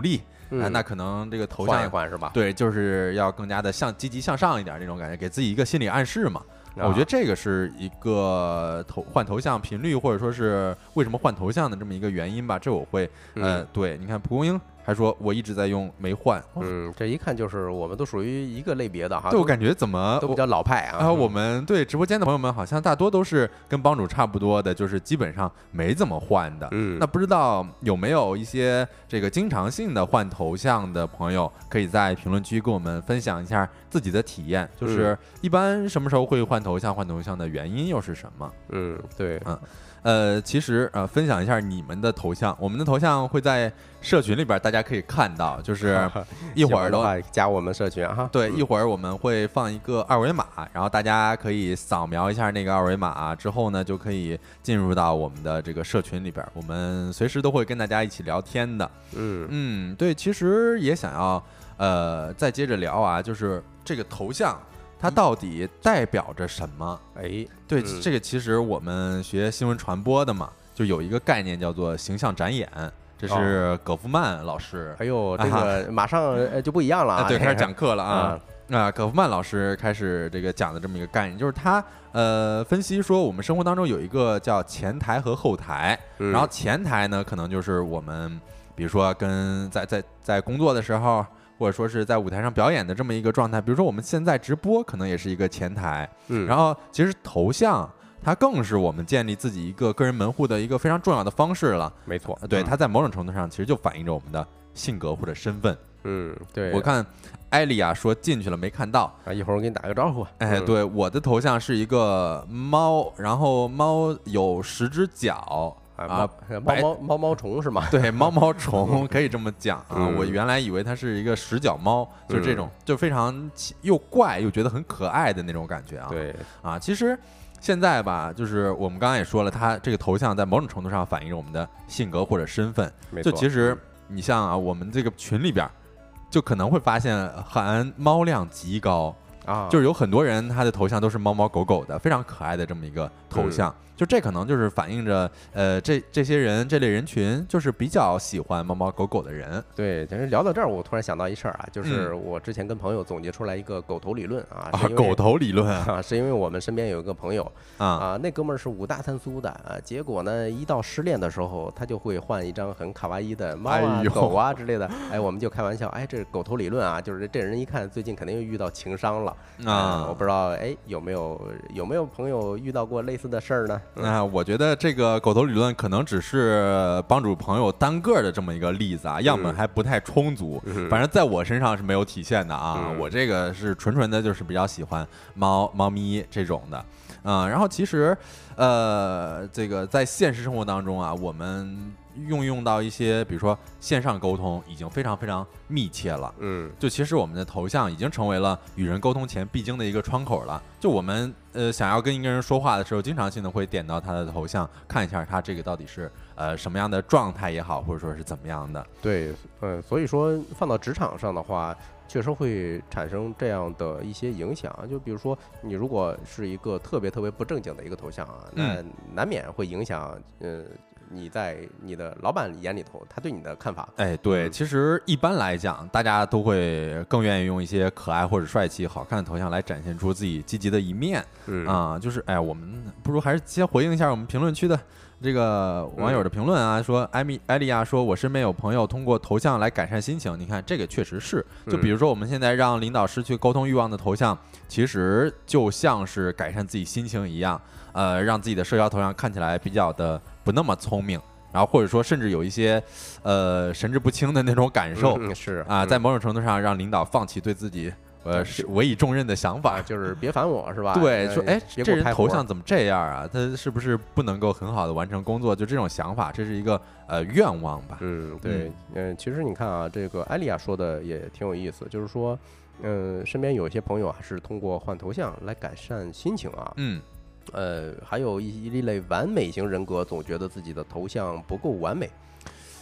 那可能这个头像换一换是吧？ 对，就是要更加的积极向上一点这种感觉，给自己一个心理暗示嘛。我觉得这个是一个换头像频率，或者说是为什么换头像的这么一个原因吧。这我会对，你看蒲公英还说我一直在用没换， 这一看就是我们都属于一个类别的哈。 对，我感觉怎么都比较老派啊。 我们对直播间的朋友们好像大多都是跟帮主差不多的，就是基本上没怎么换的。那不知道有没有一些这个经常性的换头像的朋友，可以在评论区跟我们分享一下自己的体验，就是一般什么时候会换头像，换头像的原因又是什么？ 对， 其实分享一下你们的头像，我们的头像会在社群里边，大家可以看到，就是一会儿的话加我们社群哈。 对，一会儿我们会放一个二维码，然后大家可以扫描一下那个二维码，之后呢就可以进入到我们的这个社群里边，我们随时都会跟大家一起聊天的。对，其实也想要再接着聊啊，就是这个头像它到底代表着什么？对，这个其实我们学新闻传播的嘛，就有一个概念叫做形象展演，这是葛夫曼老师。 这个马上就不一样了啊！ 对，开始讲课了啊！葛夫曼老师开始这个讲的这么一个概念，就是他分析说，我们生活当中有一个叫前台和后台，然后前台呢，可能就是我们比如说跟在工作的时候，或者说是在舞台上表演的这么一个状态，比如说我们现在直播可能也是一个前台，然后其实头像它更是我们建立自己一个个人门户的一个非常重要的方式了。 没错， 对，它在某种程度上其实就反映着我们的性格或者身份。 对， 我看艾莉亚说进去了没看到一会儿我给你打个招呼。 对，我的头像是一个猫，然后猫有10只脚。 毛虫是吗？ 对，毛虫可以这么讲啊。我原来以为它是一个10脚猫，就是这种，就非常又怪又觉得很可爱的那种感觉啊。 对啊，其实现在吧，就是我们刚刚也说了，它这个头像在某种程度上反映着我们的性格或者身份。就其实你像我们这个群里边，就可能会发现含猫量极高啊，就是有很多人他的头像都是猫猫狗狗的，非常可爱的这么一个头像。就这可能就是反映着，这些人这类人群就是比较喜欢猫猫狗狗的人。 对，但是聊到这儿，我突然想到一事儿啊，就是我之前跟朋友总结出来一个狗头理论啊。 狗头理论啊，是因为我们身边有一个朋友那哥们儿是5大3粗的结果呢，一到失恋的时候，他就会换一张很卡哇伊的猫狗啊之类的。我们就开玩笑，这是狗头理论啊，就是这人一看最近肯定又遇到情伤了我不知道有没有朋友遇到过类似的事儿呢？ 我觉得这个狗头理论可能只是帮主朋友单个的这么一个例子啊，样本还不太充足。反正在我身上是没有体现的啊，我这个是纯的，就是比较喜欢猫咪这种的。然后其实这个在现实生活当中啊，我们用到一些比如说线上沟通已经非常非常密切了。就其实我们的头像已经成为了与人沟通前必经的一个窗口了。就我们想要跟一个人说话的时候，经常性的会点到他的头像，看一下他这个到底是什么样的状态也好，或者说是怎么样的。 对，所以说放到职场上的话，确实会产生这样的一些影响。就比如说你如果是一个特别不正经的一个头像那难免会影响你在你的老板眼里头他对你的看法。 对，其实一般来讲大家都会更愿意用一些可爱或者帅气好看的头像来展现出自己积极的一面。就是我们不如还是先回应一下我们评论区的这个网友的评论啊，说艾莉亚说，我身边有朋友通过头像来改善心情。你看这个确实是，就比如说我们现在让领导失去沟通欲望的头像，其实就像是改善自己心情一样，让自己的社交头像看起来比较的不那么聪明，然后或者说甚至有一些神志不清的那种感受。 是在某种程度上让领导放弃对自己委以重任的想法， 就是别烦我是吧？ 对，说这人头像怎么这样啊？他是不是不能够很好的完成工作？就这种想法，这是一个愿望吧？ 对，其实你看啊，这个艾莉亚说的也挺有意思，就是说，身边有一些朋友是通过换头像来改善心情啊。还有一类完美型人格总觉得自己的头像不够完美。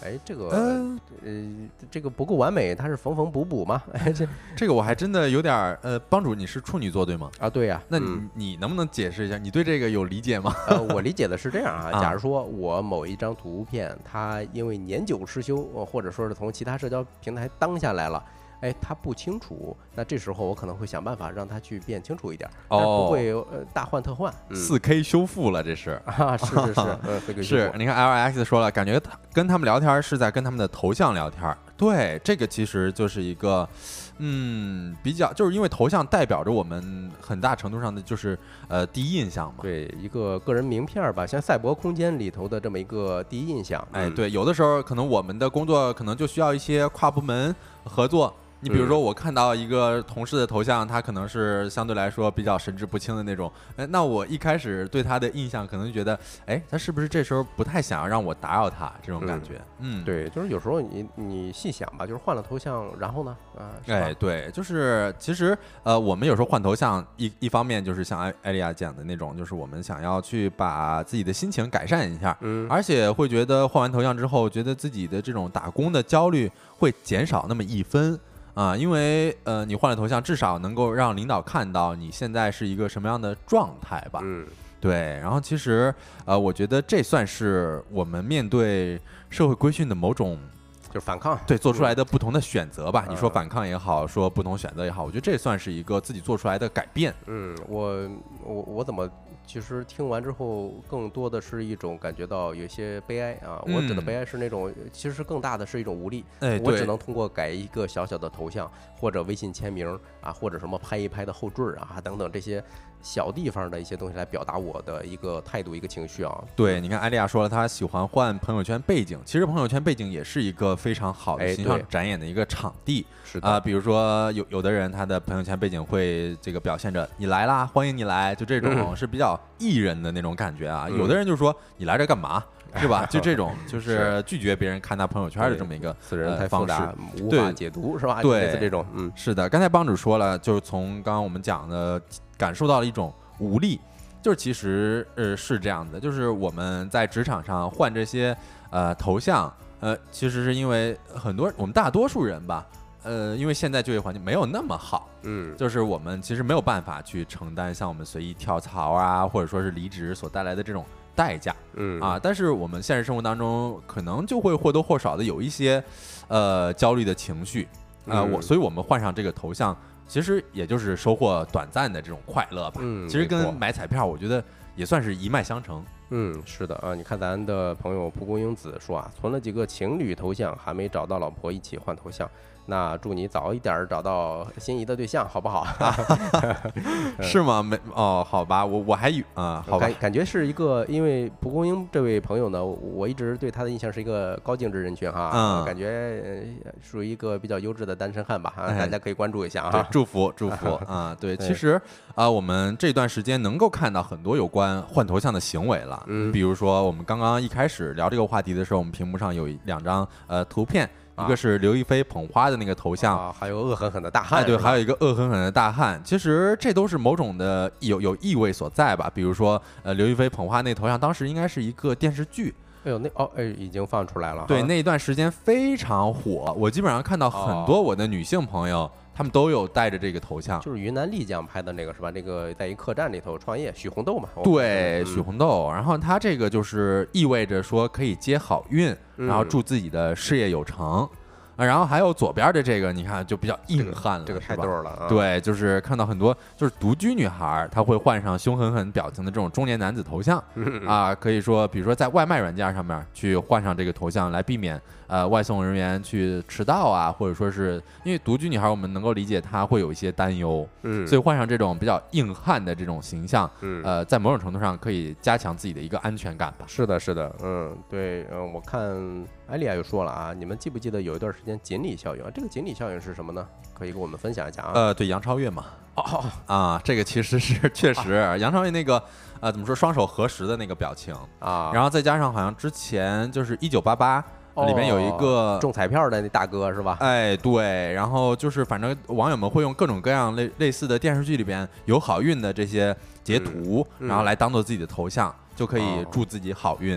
哎，这个这个不够完美，它是缝缝补补嘛。 这个我还真的有点帮主，你是处女座对吗？ 啊，对呀。 那你能不能解释一下，你对这个有理解吗？ 我理解的是这样啊，假如说我某一张图片，它因为年久失修，或者说是从其他社交平台当下来了。哎，它不清楚，那这时候我可能会想办法让它去变清楚一点，但不会大换特换。 4K 修复了，这是啊，是是。你看 LX 说了，感觉跟他们聊天是在跟他们的头像聊天。对，这个其实就是一个，比较就是因为头像代表着我们很大程度上的就是第一印象嘛。 对，一个个人名片吧，像赛博空间里头的这么一个第一印象。 哎，对，有的时候可能我们的工作可能就需要一些跨部门合作。你比如说，我看到一个同事的头像，他可能是相对来说比较神志不清的那种，那我一开始对他的印象可能就觉得，哎，他是不是这时候不太想要让我打扰他这种感觉？ 对，就是有时候你细想吧，就是换了头像，然后呢， 哎，对，就是其实我们有时候换头像，一方面就是像艾利亚讲的那种，就是我们想要去把自己的心情改善一下，而且会觉得换完头像之后，觉得自己的这种打工的焦虑会减少那么1分。因为你换了头像，至少能够让领导看到你现在是一个什么样的状态吧。对。然后其实我觉得这算是我们面对社会规训的某种就是反抗， 对，做出来的不同的选择吧。你说反抗也好，说不同选择也好，我觉得这算是一个自己做出来的改变。 我怎么？其实听完之后，更多的是一种感觉到有些悲哀啊。我指的悲哀是那种，其实更大的是一种无力。我只能通过改一个小小的头像，或者微信签名啊，或者什么拍一拍的后缀啊，等等这些小地方的一些东西来表达我的一个态度、一个情绪啊。 对，你看艾利亚说了，他喜欢换朋友圈背景，其实朋友圈背景也是一个非常好的形象展演的一个场地。 是的比如说有的人他的朋友圈背景会这个表现着你来啦，欢迎你来，就这种是比较艺人的那种感觉啊。有的人就说你来这干嘛，是吧？就这种就是拒绝别人看他朋友圈的这么一个此人太方式， 无法解读，是吧？ 对， 类似这种， 是的。刚才帮主说了，就是从刚刚我们讲的，感受到了一种无力，就是其实是这样的，就是我们在职场上换这些头像，其实是因为我们大多数人吧。因为现在就业环境没有那么好，就是我们其实没有办法去承担像我们随意跳槽啊，或者说是离职所带来的这种代价，但是我们现实生活当中可能就会或多或少的有一些焦虑的情绪，所以我们换上这个头像，其实也就是收获短暂的这种快乐吧。其实跟买彩票，我觉得也算是一脉相承。 是的啊，你看咱的朋友蒲公英子说啊，存了几个情侣头像，还没找到老婆，一起换头像。那祝你早一点找到心仪的对象，好不好？ 是吗？好吧，我还好吧， 感觉是一个，因为蒲公英这位朋友呢，我一直对他的印象是一个高净值人群哈，感觉属于一个比较优质的单身汉吧，大家可以关注一下啊， 祝福啊，对，其实我们这段时间能够看到很多有关换头像的行为了，比如说我们刚刚一开始聊这个话题的时候，我们屏幕上有2张图片。一个是刘亦菲捧花的那个头像， 还有恶狠狠的大汉， 对，还有一个恶狠狠的大汉。其实这都是某种的有意味所在吧。比如说，刘亦菲捧花那头像，当时应该是一个电视剧。 已经放出来了。 对，那一段时间非常火，我基本上看到很多我的女性朋友。他们都有带着这个头像， 就是云南丽江拍的那个是吧？那个在一客栈里头创业，许红豆嘛。 对，许红豆。然后他这个就是意味着说可以接好运，然后祝自己的事业有成。然后还有左边的这个，你看就比较硬汉了， 这个太逗了。 对，就是看到很多就是独居女孩，她会换上凶狠狠表情的这种中年男子头像可以说，比如说在外卖软件上面去换上这个头像，来避免外送人员去迟到啊，或者说是因为独居女孩，我们能够理解她会有一些担忧，所以换上这种比较硬汉的这种形象，在某种程度上可以加强自己的一个安全感吧。 是的，对，我看艾利亚又说了啊，你们记不记得有一段时间锦鲤效应啊？这个锦鲤效应是什么呢？可以给我们分享一下啊。 对，杨超越嘛。这个其实是确实杨超越那个怎么说，双手合十的那个表情啊，然后再加上好像之前就是1988。里面有一个中彩票的那大哥是吧？ 哎，对，然后就是反正网友们会用各种各样类似的电视剧里边有好运的这些截图，然后来当做自己的头像，就可以祝自己好运。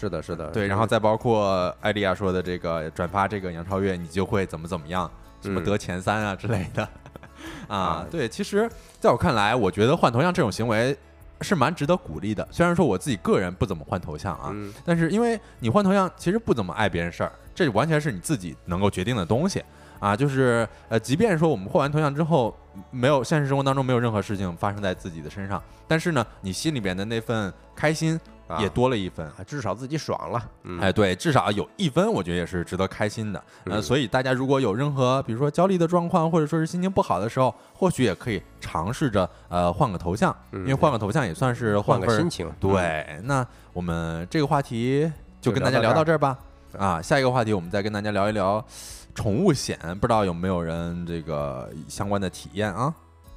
是的，是的， 对，然后再包括艾丽亚说的这个转发这个杨超越，你就会怎么样，什么得前3啊之类的。对，其实在我看来，我觉得换头像这种行为是蛮值得鼓励的。虽然说我自己个人不怎么换头像啊，但是因为你换头像其实不怎么碍别人事儿，这完全是你自己能够决定的东西啊。就是即便说我们换完头像之后，现实生活当中没有任何事情发生在自己的身上，但是呢，你心里边的那份开心也多了一分， 至少自己爽了。 对，至少有1分，我觉得也是值得开心的。所以大家如果有任何比如说焦虑的状况，或者说是心情不好的时候，或许也可以尝试着换个头像，因为换个头像也算是换个心情。 对，那我们这个话题就跟大家聊到这儿吧。下一个话题我们再跟大家聊一聊宠物险，不知道有没有人这个相关的体验啊？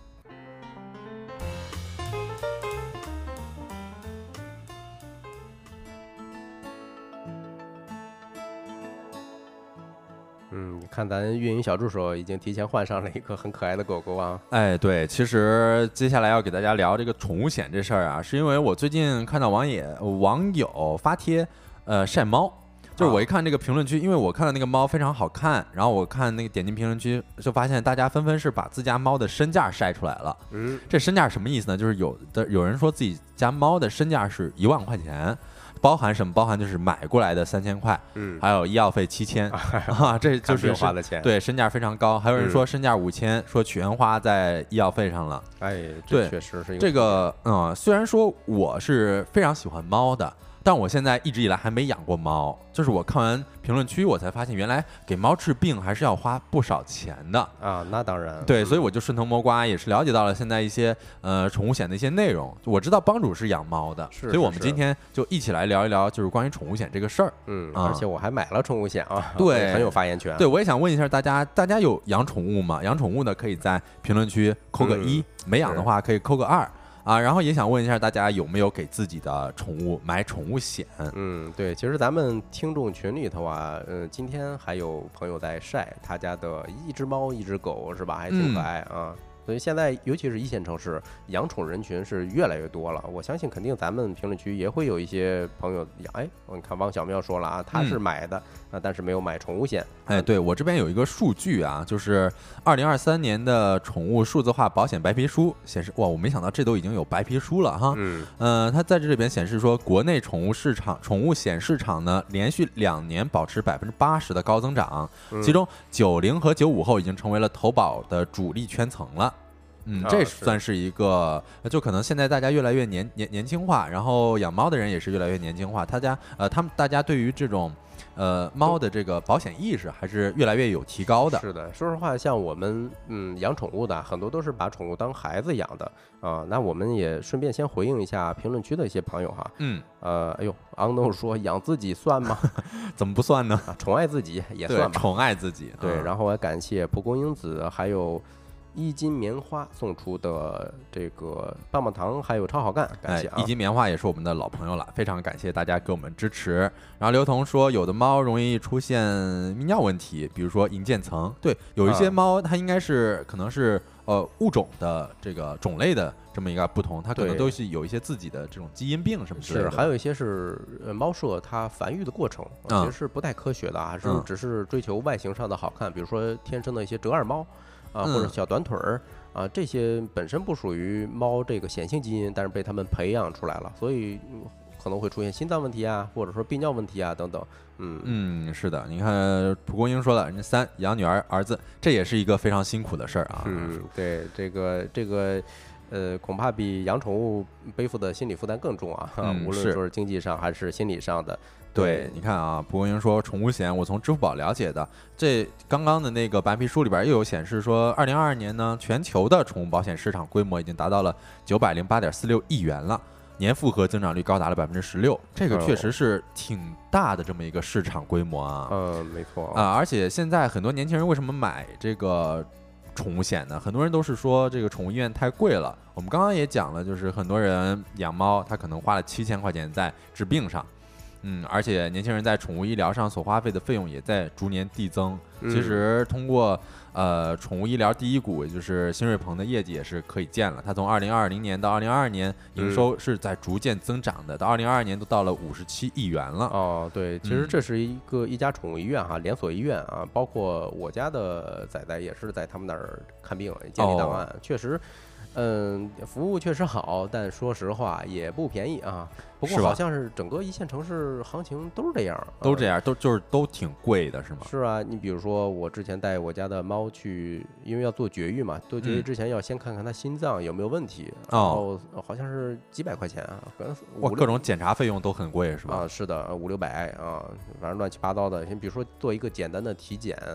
看咱运营小助手已经提前换上了一个很可爱的狗狗啊！ 对，其实接下来要给大家聊这个宠物险这事儿啊，是因为我最近看到网友发帖，晒猫，就是我一看这个评论区，因为我看到那个猫非常好看，然后我看那个点进评论区，就发现大家纷纷是把自家猫的身价晒出来了。这身价什么意思呢？就是有人说自己家猫的身价是1万块钱。包含什么？包含就是买过来的3000块，还有医药费7000这就是花的钱。 对，身价非常高。还有人说身价5000，说全花在医药费上了。 这确实是一个这个虽然说我是非常喜欢猫的，但我现在一直以来还没养过猫，就是我看完评论区我才发现，原来给猫治病还是要花不少钱的啊。那当然， 对，所以我就顺藤摸瓜，也是了解到了现在一些宠物险的一些内容。我知道帮主是养猫的，所以我们今天就一起来聊一聊，就是关于宠物险这个事儿。 而且我还买了宠物险啊， 对， 很有发言权。 对，我也想问一下大家有养宠物吗？养宠物的可以在评论区扣个1，没养的话可以扣个2。然后也想问一下大家有没有给自己的宠物买宠物险？ 对，其实咱们听众群里头啊，今天还有朋友在晒他家的一只猫一只狗，是吧？还挺可爱啊。所以现在尤其是1线城市，养宠人群是越来越多了。我相信肯定咱们评论区也会有一些朋友养。我看汪小喵说了啊，他是买的但是没有买宠物险。 对，我这边有一个数据啊，就是2023年的宠物数字化保险白皮书显示，哇，我没想到这都已经有白皮书了哈。它在这里边显示说，国内宠物险市场呢，连续2年保持80%的高增长，其中90和95后已经成为了投保的主力圈层了。这算是一个，就可能现在大家越来越年轻化，然后养猫的人也是越来越年轻化，大家对于这种猫的这个保险意识还是越来越有提高的。 是的，说实话，像我们养宠物的很多都是把宠物当孩子养的那我们也顺便先回应一下评论区的一些朋友哈。昂诺说养自己算吗？ 怎么不算呢？ 宠爱自己也算吧。 宠爱自己。 对，然后我感谢蒲公英子还有一斤棉花送出的这个棒棒糖，还有超好干，感谢一斤棉花也是我们的老朋友了，非常感谢大家给我们支持。然后刘彤说，有的猫容易出现泌尿问题，比如说银渐层。对，有一些猫它应该是可能是物种的这个种类的这么一个不同，它可能都是有一些自己的这种基因病什么之类的。 还有一些是猫舍它繁育的过程其实是不太科学的啊，只是追求外形上的好看，比如说天生的一些折耳猫或者小短腿儿这些本身不属于猫这个显性基因，但是被他们培养出来了，所以可能会出现心脏问题啊，或者说泌尿问题啊等等。 是的，你看蒲公英说了，人家3养女儿子，这也是一个非常辛苦的事儿啊。 对，这个恐怕比养宠物背负的心理负担更重啊，无论说是经济上还是心理上的。 对，你看啊，蒲公英说宠物险，我从支付宝了解的，这刚刚的那个白皮书里边又有显示说，2022年呢，全球的宠物保险市场规模已经达到了908.46亿元了，年复合增长率高达了16%，这个确实是挺大的这么一个市场规模啊。 没错而且现在很多年轻人为什么买这个宠物险呢？很多人都是说这个宠物医院太贵了。我们刚刚也讲了，就是很多人养猫，他可能花了7000块钱在治病上。而且年轻人在宠物医疗上所花费的费用也在逐年递增， 其实通过宠物医疗第一股，也就是新锐鹏的业绩也是可以见了。它从2020年到2022年营收是在逐渐增长的，到2022年都到了57亿元了。 哦，对，其实这是一家宠物医院哈，连锁医院啊，包括我家的仔仔也是在他们那儿看病建立档案，确实。服务确实好，但说实话也不便宜啊。不过好像是整个一线城市行情都是这样， 都挺贵的，是吗？ 是啊，你比如说我之前带我家的猫去，因为要做绝育嘛，做绝育之前要先看看它心脏有没有问题，然后好像是几百块钱啊，可能各种检查费用都很贵，是吧？ 啊，是的，500-600啊，反正乱七八糟的。你比如说做一个简单的体检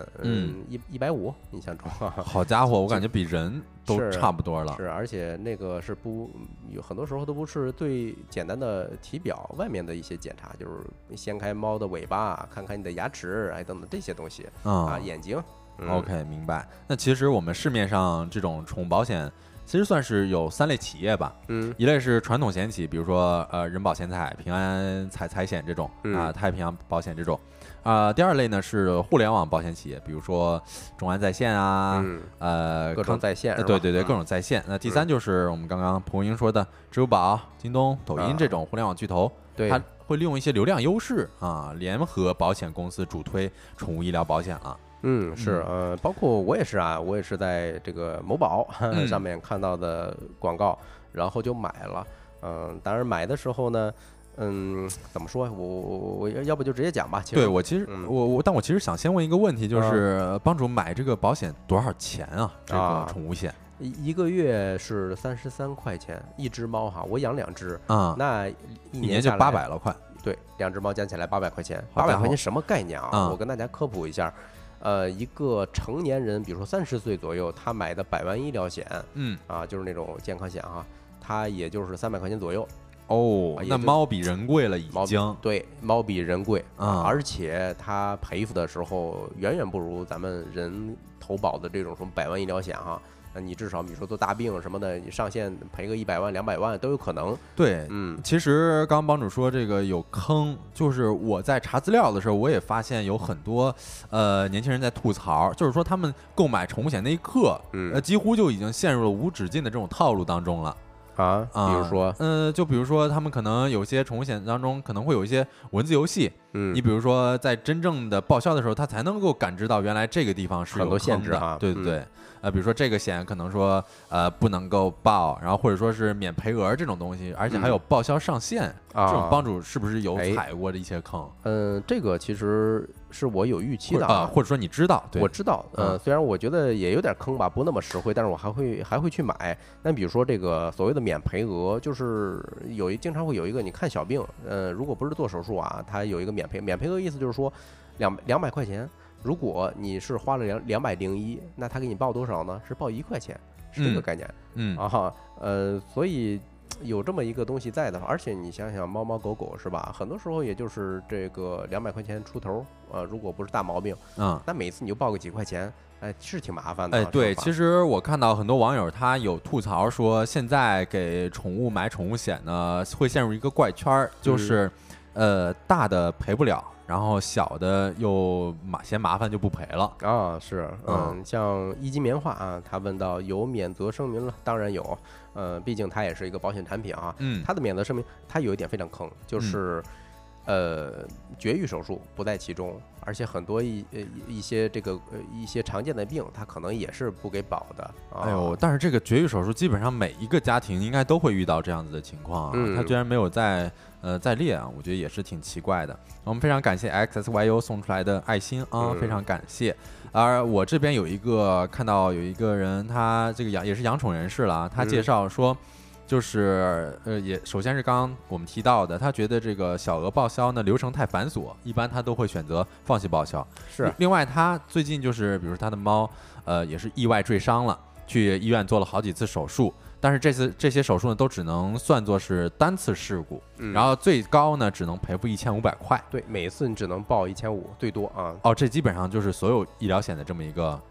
，150，印象中啊。 好家伙，我感觉比人都差不多了。 是，而且那个是有很多时候都不是最简单的体表外面的一些检查，就是掀开猫的尾巴，看看你的牙齿，等等这些东西啊，眼睛。 OK， 明白。那其实我们市面上这种宠物保险，其实算是有3类企业吧。一类是传统险企，比如说人保险彩、平安财险这种啊，太平洋保险这种。第2类呢是互联网保险企业，比如说众安在线啊， 各种在线， 对，各种在线。那第3就是我们刚刚蒲英说的支付宝、京东、抖音这种互联网巨头，它会利用一些流量优势啊，联合保险公司主推宠物医疗保险了。 是包括我也是啊，我也是在这个某宝上面看到的广告，然后就买了。当然买的时候呢。怎么说？我要不就直接讲吧。 对，我其实但我其实想先问一个问题，就是帮主买这个保险多少钱啊？这个宠物险一个月是33块钱一只猫哈，我养2只啊，那一年就800了快。 对，2只猫加起来800块钱，800块钱什么概念啊？我跟大家科普一下，一个成年人，比如说30岁左右，他买的100万医疗险，就是那种健康险哈，它也就是300块钱左右。 那猫比人贵了已经。 对，猫比人贵而且它赔付的时候远远不如咱们人投保的这种什么100万医疗险哈。你至少比如说做大病什么的，你上线赔个100万、200万都有可能。 对，其实刚刚帮主说这个有坑，就是我在查资料的时候，我也发现有很多年轻人在吐槽，就是说他们购买宠物险那一刻，几乎就已经陷入了无止境的这种套路当中了。 比如说， 就比如说，他们可能有些宠物险当中可能会有一些文字游戏，你比如说在真正的报销的时候，他才能够感知到原来这个地方是有很多限制啊，对，比如说这个险可能说不能够报，然后或者说是免赔额这种东西，而且还有报销上限，这种帮主是不是有踩过的一些坑？ 这个其实是我有预期的啊， 或者说你知道， 我知道，虽然我觉得也有点坑吧，不那么实惠，但是我还会去买。那比如说这个所谓的免赔额，就是经常会有一个，你看小病，如果不是做手术啊，它有一个免赔额，意思就是说200块钱。如果你是花了201，那他给你报多少呢？是报1块钱，是这个概念。所以有这么一个东西在的，而且你想想，猫猫狗狗是吧？很多时候也就是这个200块钱出头，如果不是大毛病，那每次你就报个几块钱，是挺麻烦的。 对，其实我看到很多网友他有吐槽说，现在给宠物买宠物险呢，会陷入一个怪圈，就是大的赔不了。然后小的又嫌麻烦就不赔了啊，是，像一级棉花啊，他问到有免责声明了，当然有，毕竟它也是一个保险产品啊，它的免责声明它有一点非常坑，就是绝育手术不在其中，而且很多一些这个一些常见的病，它可能也是不给保的。 但是这个绝育手术基本上每一个家庭应该都会遇到这样子的情况啊，它居然没有在列啊，我觉得也是挺奇怪的。我们非常感谢 XSYU 送出来的爱心啊，非常感谢。而我这边看到有一个人，他这个也是养宠人士了，他介绍说。就是也首先是刚刚我们提到的，他觉得这个小额报销呢流程太繁琐，一般他都会选择放弃报销。 是， 另外他最近就是比如他的猫也是意外坠伤了，去医院做了好几次手术，但是这些手术呢都只能算作是单次事故，然后最高呢只能赔付1500块。 对，每次你只能报1500最多啊。 这基本上就是所有医疗险的这么一个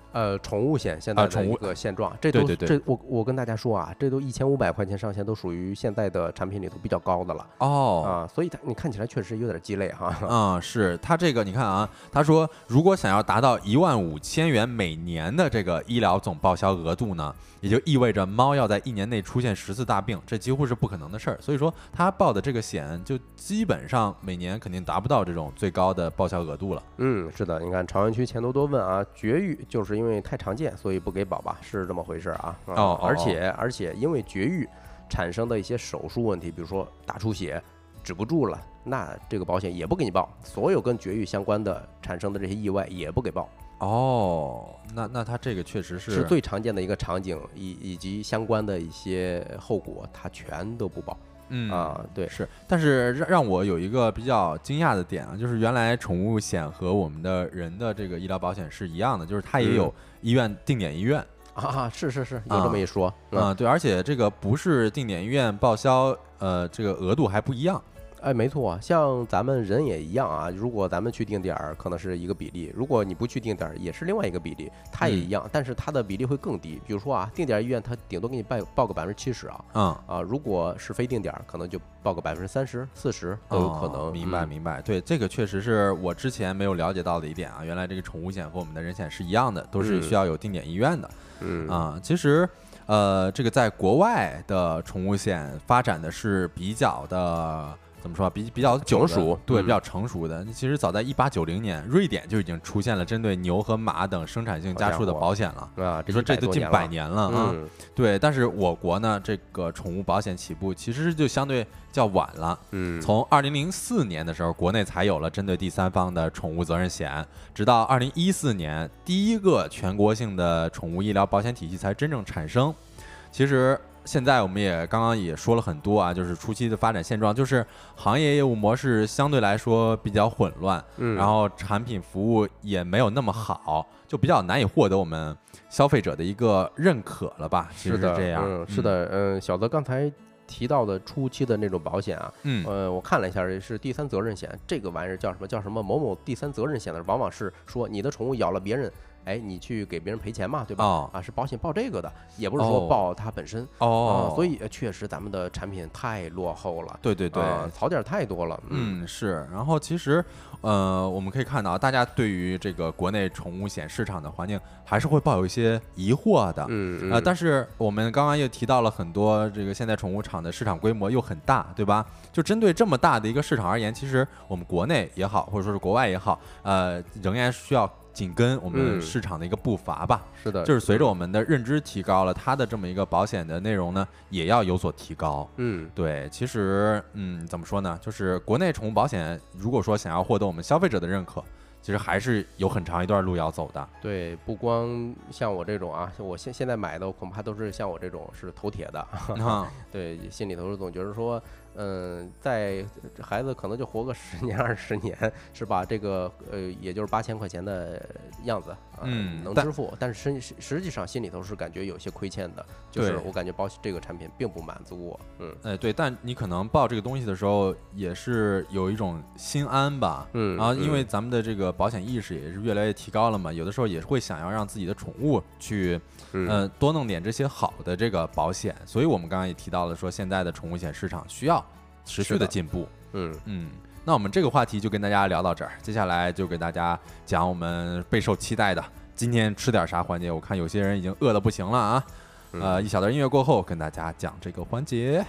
宠物险现在的一个现状，这都对我跟大家说啊，这都1500块钱上限，都属于现在的产品里头比较高的了所以你看起来确实有点鸡肋哈。 是它这个你看啊，他说如果想要达到15000元每年的这个医疗总报销额度呢，也就意味着猫要在1年内出现10次大病，这几乎是不可能的事儿。所以说他报的这个险就基本上每年肯定达不到这种最高的报销额度了。 是的，你看朝阳区钱多多问啊，绝育就是因为太常见，所以不给保吧，是这么回事啊。而且因为绝育产生的一些手术问题，比如说大出血止不住了，那这个保险也不给你报，所有跟绝育相关的产生的这些意外也不给报。 那它这个确实是最常见的一个场景，以及相关的一些后果，它全都不报。对， 是，但是让我有一个比较惊讶的点啊，就是原来宠物险和我们的人的这个医疗保险是一样的，就是它也有医院定点医院是有这么一说对，而且这个不是定点医院报销，这个额度还不一样。 没错，像咱们人也一样啊。如果咱们去定点儿，可能是一个比例；如果你不去定点儿，也是另外一个比例。它也一样，但是它的比例会更低。比如说定点医院它顶多给你报个70%如果是非定点儿，可能就报个30%、40%都有可能。 明白。对，这个确实是我之前没有了解到的一点啊。原来这个宠物险和我们的人险是一样的，都是需要有定点医院的。其实这个在国外的宠物险发展的是比较的。怎么说比较成熟， 对，比较成熟的。其实早在1890年，瑞典就已经出现了针对牛和马等生产性家畜的保险了你说这都近100年了对，但是我国呢，这个宠物保险起步其实就相对较晚了。从2004年的时候，国内才有了针对第三方的宠物责任险，直到2014年，第一个全国性的宠物医疗保险体系才真正产生。其实现在我们也刚刚也说了很多啊，就是初期的发展现状，就是行业业务模式相对来说比较混乱，然后产品服务也没有那么好，就比较难以获得我们消费者的一个认可了吧？其实是这样。 是的，小泽刚才提到的初期的那种保险啊，我看了一下，是第三责任险，这个玩意儿叫什么某某第三责任险的，往往是说你的宠物咬了别人。你去给别人赔钱嘛，对吧？是保险报这个的，也不是说报它本身所以确实咱们的产品太落后了。 对， 槽点太多了。 是。然后其实我们可以看到，大家对于这个国内宠物险市场的环境还是会抱有一些疑惑的。但是我们刚刚又提到了很多，这个现在宠物厂的市场规模又很大，对吧？就针对这么大的一个市场而言，其实我们国内也好，或者说是国外也好，仍然需要紧跟我们市场的一个步伐吧。 是的， 就是随着我们的认知提高了，它的这么一个保险的内容呢，也要有所提高。对，其实怎么说呢？就是国内宠物保险，如果说想要获得我们消费者的认可，其实还是有很长一段路要走的。 对，不光像我这种啊，我现在买的恐怕都是像我这种是头铁的。对，心里头总觉得说，在孩子可能就活个10年20年，是吧？这个也就是8000块钱的样子，能支付。但是实际上心里头是感觉有些亏欠的，就是我感觉保险这个产品并不满足我。 对，但你可能报这个东西的时候，也是有一种心安吧。然后因为咱们的这个保险意识也是越来越提高了嘛，有的时候也会想要让自己的宠物去多弄点这些好的这个保险，所以我们刚刚也提到了说，现在的宠物险市场需要持续的进步。那我们这个话题就跟大家聊到这儿，接下来就给大家讲我们备受期待的今天吃点啥环节。我看有些人已经饿得不行了啊。一小段音乐过后，跟大家讲这个环节。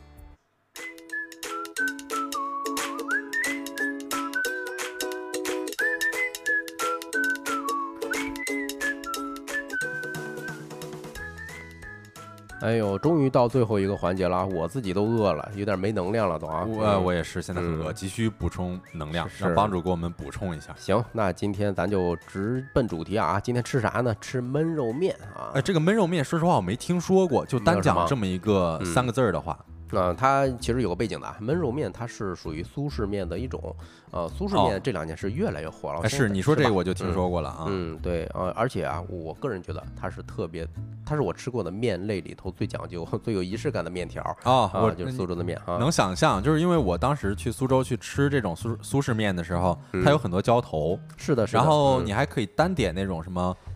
哎呦，终于到最后一个环节了，我自己都饿了，有点没能量了都啊。 我也是，现在很饿，急需补充能量，让帮主给我们补充一下。 行，那今天咱就直奔主题啊！今天吃啥呢？吃焖肉面啊！ 这个焖肉面，说实话我没听说过，就单讲这么一个3个字的话。 它其实有个背景的，焖肉面它是属于苏式面的一种，苏式面这2年是越来越火了。 是你说这个我就听说过了啊。 对，而且啊，我个人觉得它是它是我吃过的面类里头最讲究、最有仪式感的面条就是苏州的面能想象，就是因为我当时去苏州去吃这种苏式面的时候，它有很多浇头， 是的， 然后你还可以单点那种什么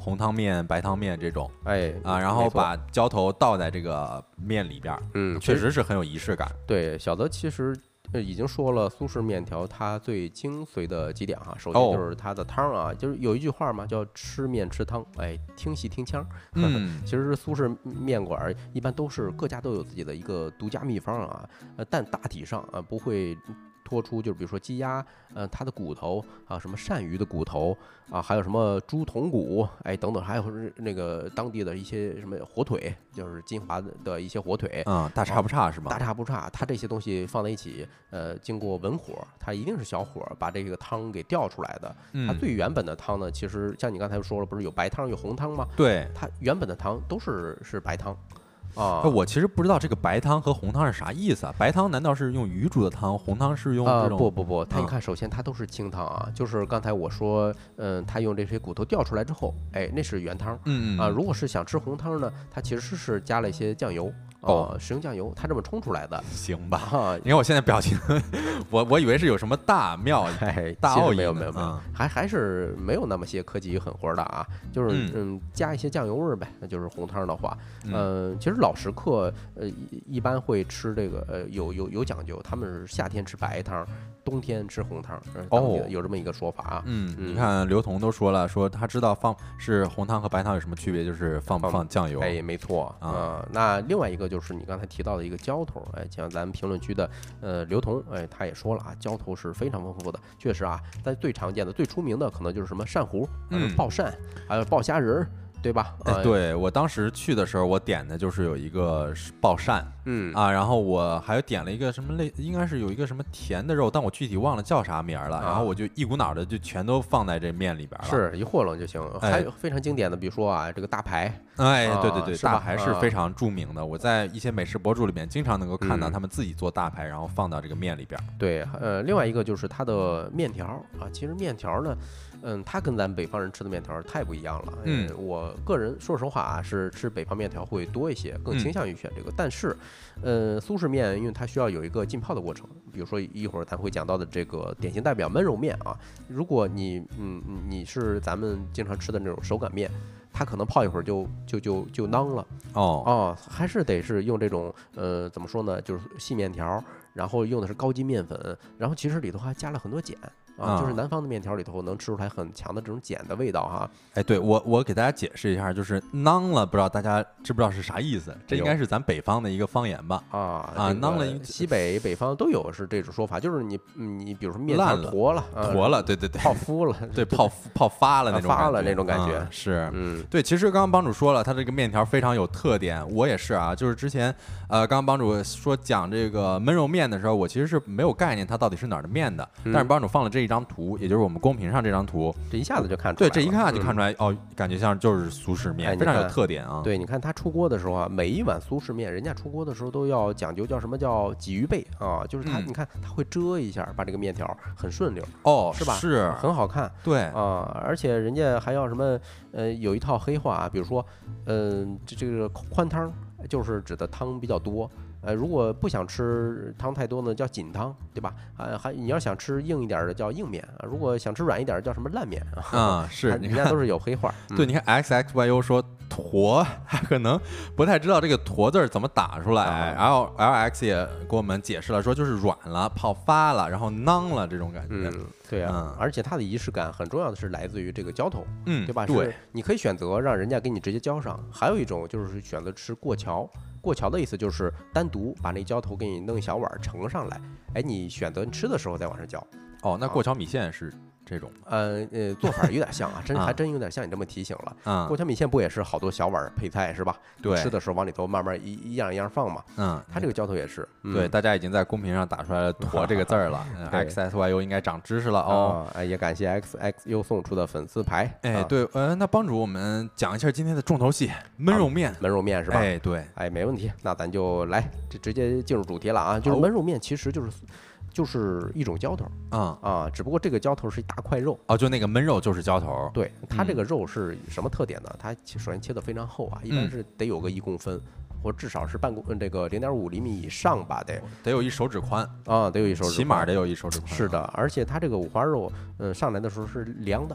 红汤面、白汤面这种，然后没错把浇头倒在这个面里边，确实是很有仪式感。 对，小德其实已经说了苏式面条它最精髓的几点哈，首先就是它的汤啊，就是有一句话嘛，叫吃面吃汤，听戏听腔。其实苏式面馆一般都是各家都有自己的一个独家秘方啊，但大体上啊不会拖出，就是比如说鸡鸭，它的骨头啊，什么鳝鱼的骨头啊，还有什么猪筒骨，等等，还有那个当地的一些什么火腿，就是金华的一些火腿， 大差不差是吗？ 大差不差，它这些东西放在一起，经过文火，它一定是小火把这个汤给调出来的。它最原本的汤呢，其实像你刚才说了，不是有白汤有红汤吗？ 对， 它原本的汤都是白汤。 我其实不知道这个白汤和红汤是啥意思啊？白汤难道是用鱼煮的汤，红汤是用这种？ 不，它你看，首先它都是清汤啊，就是刚才我说，它用这些骨头调出来之后，那是原汤。如果是想吃红汤呢，它其实是加了一些酱油。食用酱油，它这么冲出来的， 行吧？你看我现在表情，我以为是有什么大妙大奥义， 没有，还是没有那么些科技狠活的啊，就是加一些酱油味呗。那就是红汤的话，其实老食客一般会吃这个有讲究，他们是夏天吃白汤，冬天吃红汤。有这么一个说法啊。 你看刘同都说了，说他知道是红汤和白汤有什么区别，就是放不放酱油。 没错那另外一个就是你刚才提到的一个浇头，像咱们评论区的刘同，他也说了啊，浇头是非常丰富的，确实啊，但最常见的、最出名的可能就是什么鳝糊、爆鳝，还有爆虾仁儿。对吧？ 对，我当时去的时候，我点的就是有一个爆鳝，然后我还有点了一个什么应该是有一个什么甜的肉，但我具体忘了叫啥名了。然后我就一股脑的就全都放在这面里边了， 是一和弄就行。还有非常经典的，比如说啊，这个大排， 对，大排是非常著名的。我在一些美食博主里面经常能够看到他们自己做大排，然后放到这个面里边。 对，另外一个就是它的面条啊，其实面条呢。它跟咱北方人吃的面条太不一样了。我个人说实话啊，是吃北方面条会多一些，更倾向于选这个。但是，苏式面因为它需要有一个浸泡的过程，比如说一会儿咱会讲到的这个典型代表焖肉面啊，如果你是咱们经常吃的那种手擀面，它可能泡一会儿就囊了。还是得是用这种怎么说呢，就是细面条，然后用的是高筋面粉，然后其实里头还加了很多碱。就是南方的面条里头能吃出来很强的这种碱的味道哈。 对，我给大家解释一下，就是囊了，不知道大家知不知道是啥意思？这应该是咱北方的一个方言吧？囊了， 西北方都有是这种说法，就是你比如说面条坨了， 对， 泡敷了， 对，泡发了那种感觉， 是， 对。其实刚刚帮主说了，他这个面条非常有特点，我也是啊，就是之前刚刚帮主说讲这个焖肉面的时候，我其实是没有概念它到底是哪儿的面的，但是帮主放了这一张图，也就是我们公屏上这张图， 这一下子就看出来了。 对，这一看就看出来，感觉像就是苏式面，非常有特点啊。 对，你看他出锅的时候啊，每一碗苏式面，人家出锅的时候都要讲究叫什么叫鲫鱼背啊，就是他，你看他会遮一下，把这个面条很顺溜，是吧？ 是， 很好看。 对而且人家还要什么有一套黑话啊，比如说这个宽汤，就是指的汤比较多。如果不想吃汤太多呢，叫紧汤，对吧？你要想吃硬一点的叫硬面，如果想吃软一点叫什么烂面是， 人家都是有黑话。 对，你看 XXYU 说坨，他可能不太知道这个坨字怎么打出来，然后 LX 也给我们解释了，说就是软了、泡发了，然后囊了这种感觉。 对啊，而且它的仪式感很重要的是来自于这个浇头，对吧？ 对， 你可以选择让人家给你直接浇上，还有一种就是选择吃过桥。过桥的意思就是单独把那浇头给你弄一小碗盛上来，你选择吃的时候再往上浇。 那过桥米线是这种？ 做法有点像啊，还真有点像你这么提醒了。过桥米线不也是好多小碗配菜是吧？ 对， 吃的时候往里头慢慢一样一样放嘛。它这个浇头也是。 对，大家已经在公屏上打出来了“坨”这个字了。XSYU 应该长知识了也感谢 XXU 送出的粉丝牌。 对，那帮主我们讲一下今天的重头戏——焖肉面。 焖肉面是吧？ 对， 没问题。那咱就来直接进入主题了啊，就是焖肉面其实就是一种浇头只不过这个浇头是一大块肉就那个焖肉就是浇头。 对，它这个肉是什么特点呢？它首先切得非常厚啊，一般是得有个1公分，或至少是这个0.5厘米以上吧， 得有一手指宽得有一手指宽， 起码得有一手指宽。 是的，而且它这个五花肉上来的时候是凉的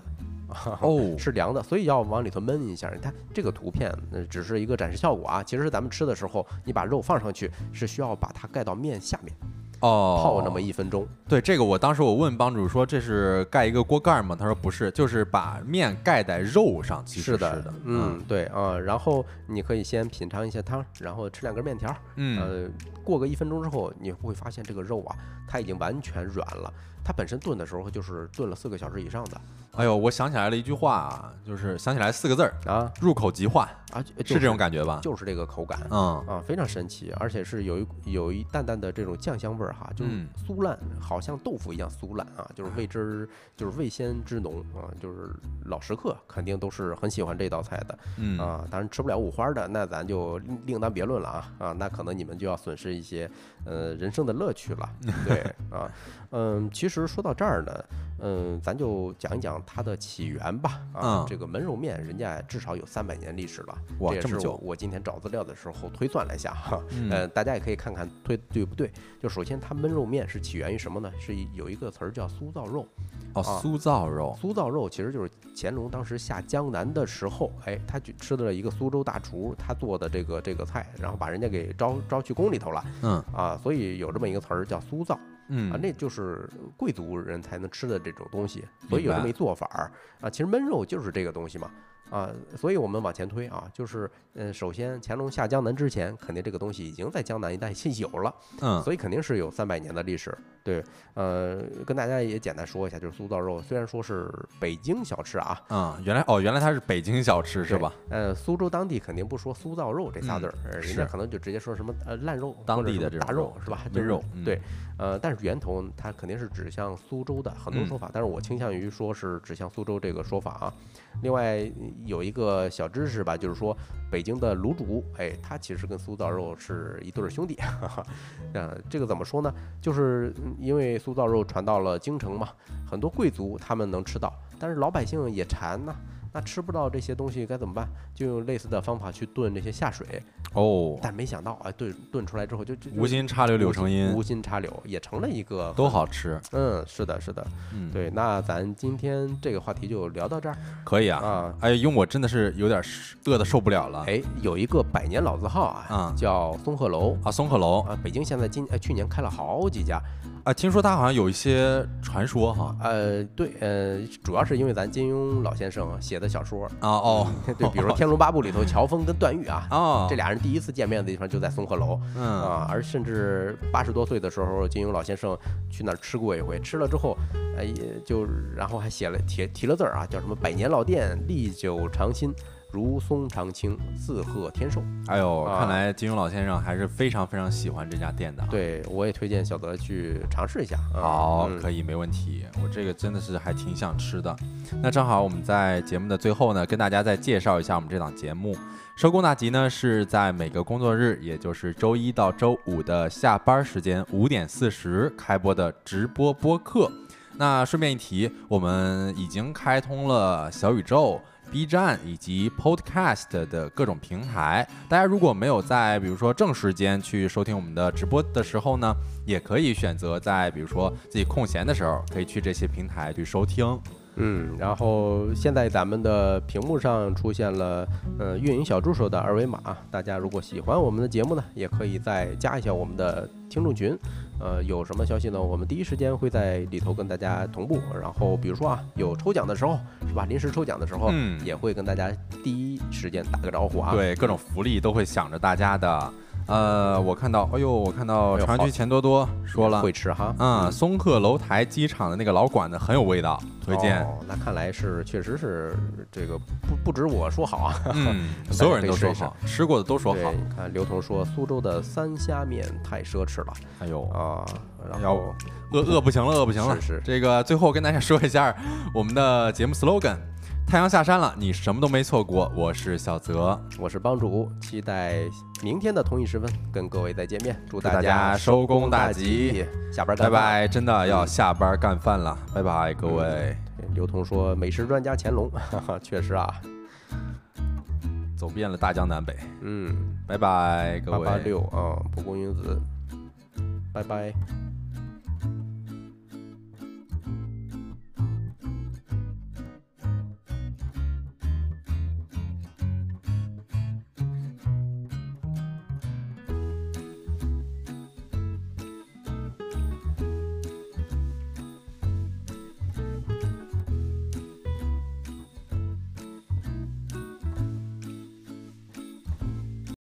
是凉的，所以要往里头焖一下。你看这个图片只是一个展示效果啊，其实咱们吃的时候，你把肉放上去是需要把它盖到面下面。泡那么1分钟。 对，这个我当时我问帮主说这是盖一个锅盖吗？他说不是，就是把面盖在肉上。其实是的，对啊，然后你可以先品尝一下汤，然后吃2根面条。过个1分钟之后，你会发现这个肉啊，它已经完全软了。它本身炖的时候就是炖了4个小时以上的。 哎呦，我想起来了一句话啊，就是想起来4个字啊，入口即化啊， 是这种感觉吧？ 就是这个口感，非常神奇，而且是有一淡淡的这种酱香味儿哈，就是酥烂，好像豆腐一样酥烂啊，就是味鲜汁浓啊，就是老食客肯定都是很喜欢这道菜的，当然吃不了五花的，那咱就另当别论了啊，那可能你们就要损失一些人生的乐趣了，对啊，其实说到这儿呢，咱就讲一讲它的起源吧。这个焖肉面，人家至少有300年历史了。 哇， 这也是我今天找资料的时候推算了一下哈。大家也可以看看对不对。就首先，它焖肉面是起源于什么呢？是有一个词儿叫酥造肉。 酥造肉。 酥造肉其实就是乾隆当时下江南的时候，他就吃的了一个苏州大厨他做的这个菜，然后把人家给招去宫里头了。所以有这么一个词儿叫酥造。那就是贵族人才能吃的这种东西，所以有这么一做法啊。其实焖肉就是这个东西嘛，所以我们往前推啊，就是首先乾隆下江南之前，肯定这个东西已经在江南一带有了，所以肯定是有300年的历史。对，跟大家也简单说一下，就是酥造肉虽然说是北京小吃原来它是北京小吃是吧？ 苏州当地肯定不说酥造肉这仨字儿，人家可能就直接说什么烂肉， 当地的这大肉是吧？ 焖肉， 对，但是源头它肯定是指向苏州的很多说法，但是我倾向于说是指向苏州这个说法啊。另外有一个小知识吧，就是说北京的卤煮，它其实跟酥造肉是一对兄弟。这个怎么说呢？就是因为酥造肉传到了京城嘛，很多贵族他们能吃到，但是老百姓也馋呐。那吃不到这些东西该怎么办？就用类似的方法去炖这些下水但没想到炖出来之后就无心插柳柳成荫， 无心插柳也成了一个都好吃。 是的，对。那咱今天这个话题就聊到这儿， 可以啊。因为我真的是有点饿得受不了了。 有一个100年老字号叫松鹤楼松鹤楼北京现在去年开了好几家。 听说他好像有一些传说哈。 对，主要是因为咱金庸老先生写的小说对，比如说《天龙八部》里头，乔峰跟段誉这俩人第一次见面的地方就在松鹤楼，而甚至80多岁的时候，金庸老先生去那儿吃过一回，吃了之后，然后还提了字儿叫什么100年老店，历久常新。如松长青，四鹤天寿。 看来金庸老先生还是非常非常喜欢这家店的。 对，我也推荐小泽去尝试一下。 好，可以，没问题。我这个真的是还挺想吃的。那正好我们在节目的最后呢，跟大家再介绍一下我们这档节目。收工大吉呢是在每个工作日，也就是周1到周5的下班时间5点40开播的直播播客。那顺便一提，我们已经开通了小宇宙、B 站以及 Podcast 的各种平台，大家如果没有在比如说正时间去收听我们的直播的时候呢，也可以选择在比如说自己空闲的时候，可以去这些平台去收听。 然后现在咱们的屏幕上出现了运营小助手的2维码，大家如果喜欢我们的节目呢，也可以再加一下我们的听众群。有什么消息呢？我们第一时间会在里头跟大家同步。然后比如说有抽奖的时候，是吧？临时抽奖的时候，也会跟大家第一时间打个招呼对，各种福利都会想着大家的。我看到朝阳区钱多多说了会吃哈。 松鹤楼台机场的那个老馆子很有味道，推荐。 那看来是确实是这个不止我说好所有人都说好，吃过的都说好。 你看刘同说苏州的3虾面太奢侈了。然后饿不行了。 是这个最后跟大家说一下我们的节目 slogan。太阳下山了，你什么都没错过。我是小泽， 我是帮主，期待明天的同一时分跟各位再见面。祝大家收工大吉， 下班干饭。 拜拜，真的要下班干饭了，拜拜各位。 刘同说美食专家乾隆，确实走遍了大江南北。拜拜各位。 886蒲公英子，拜拜。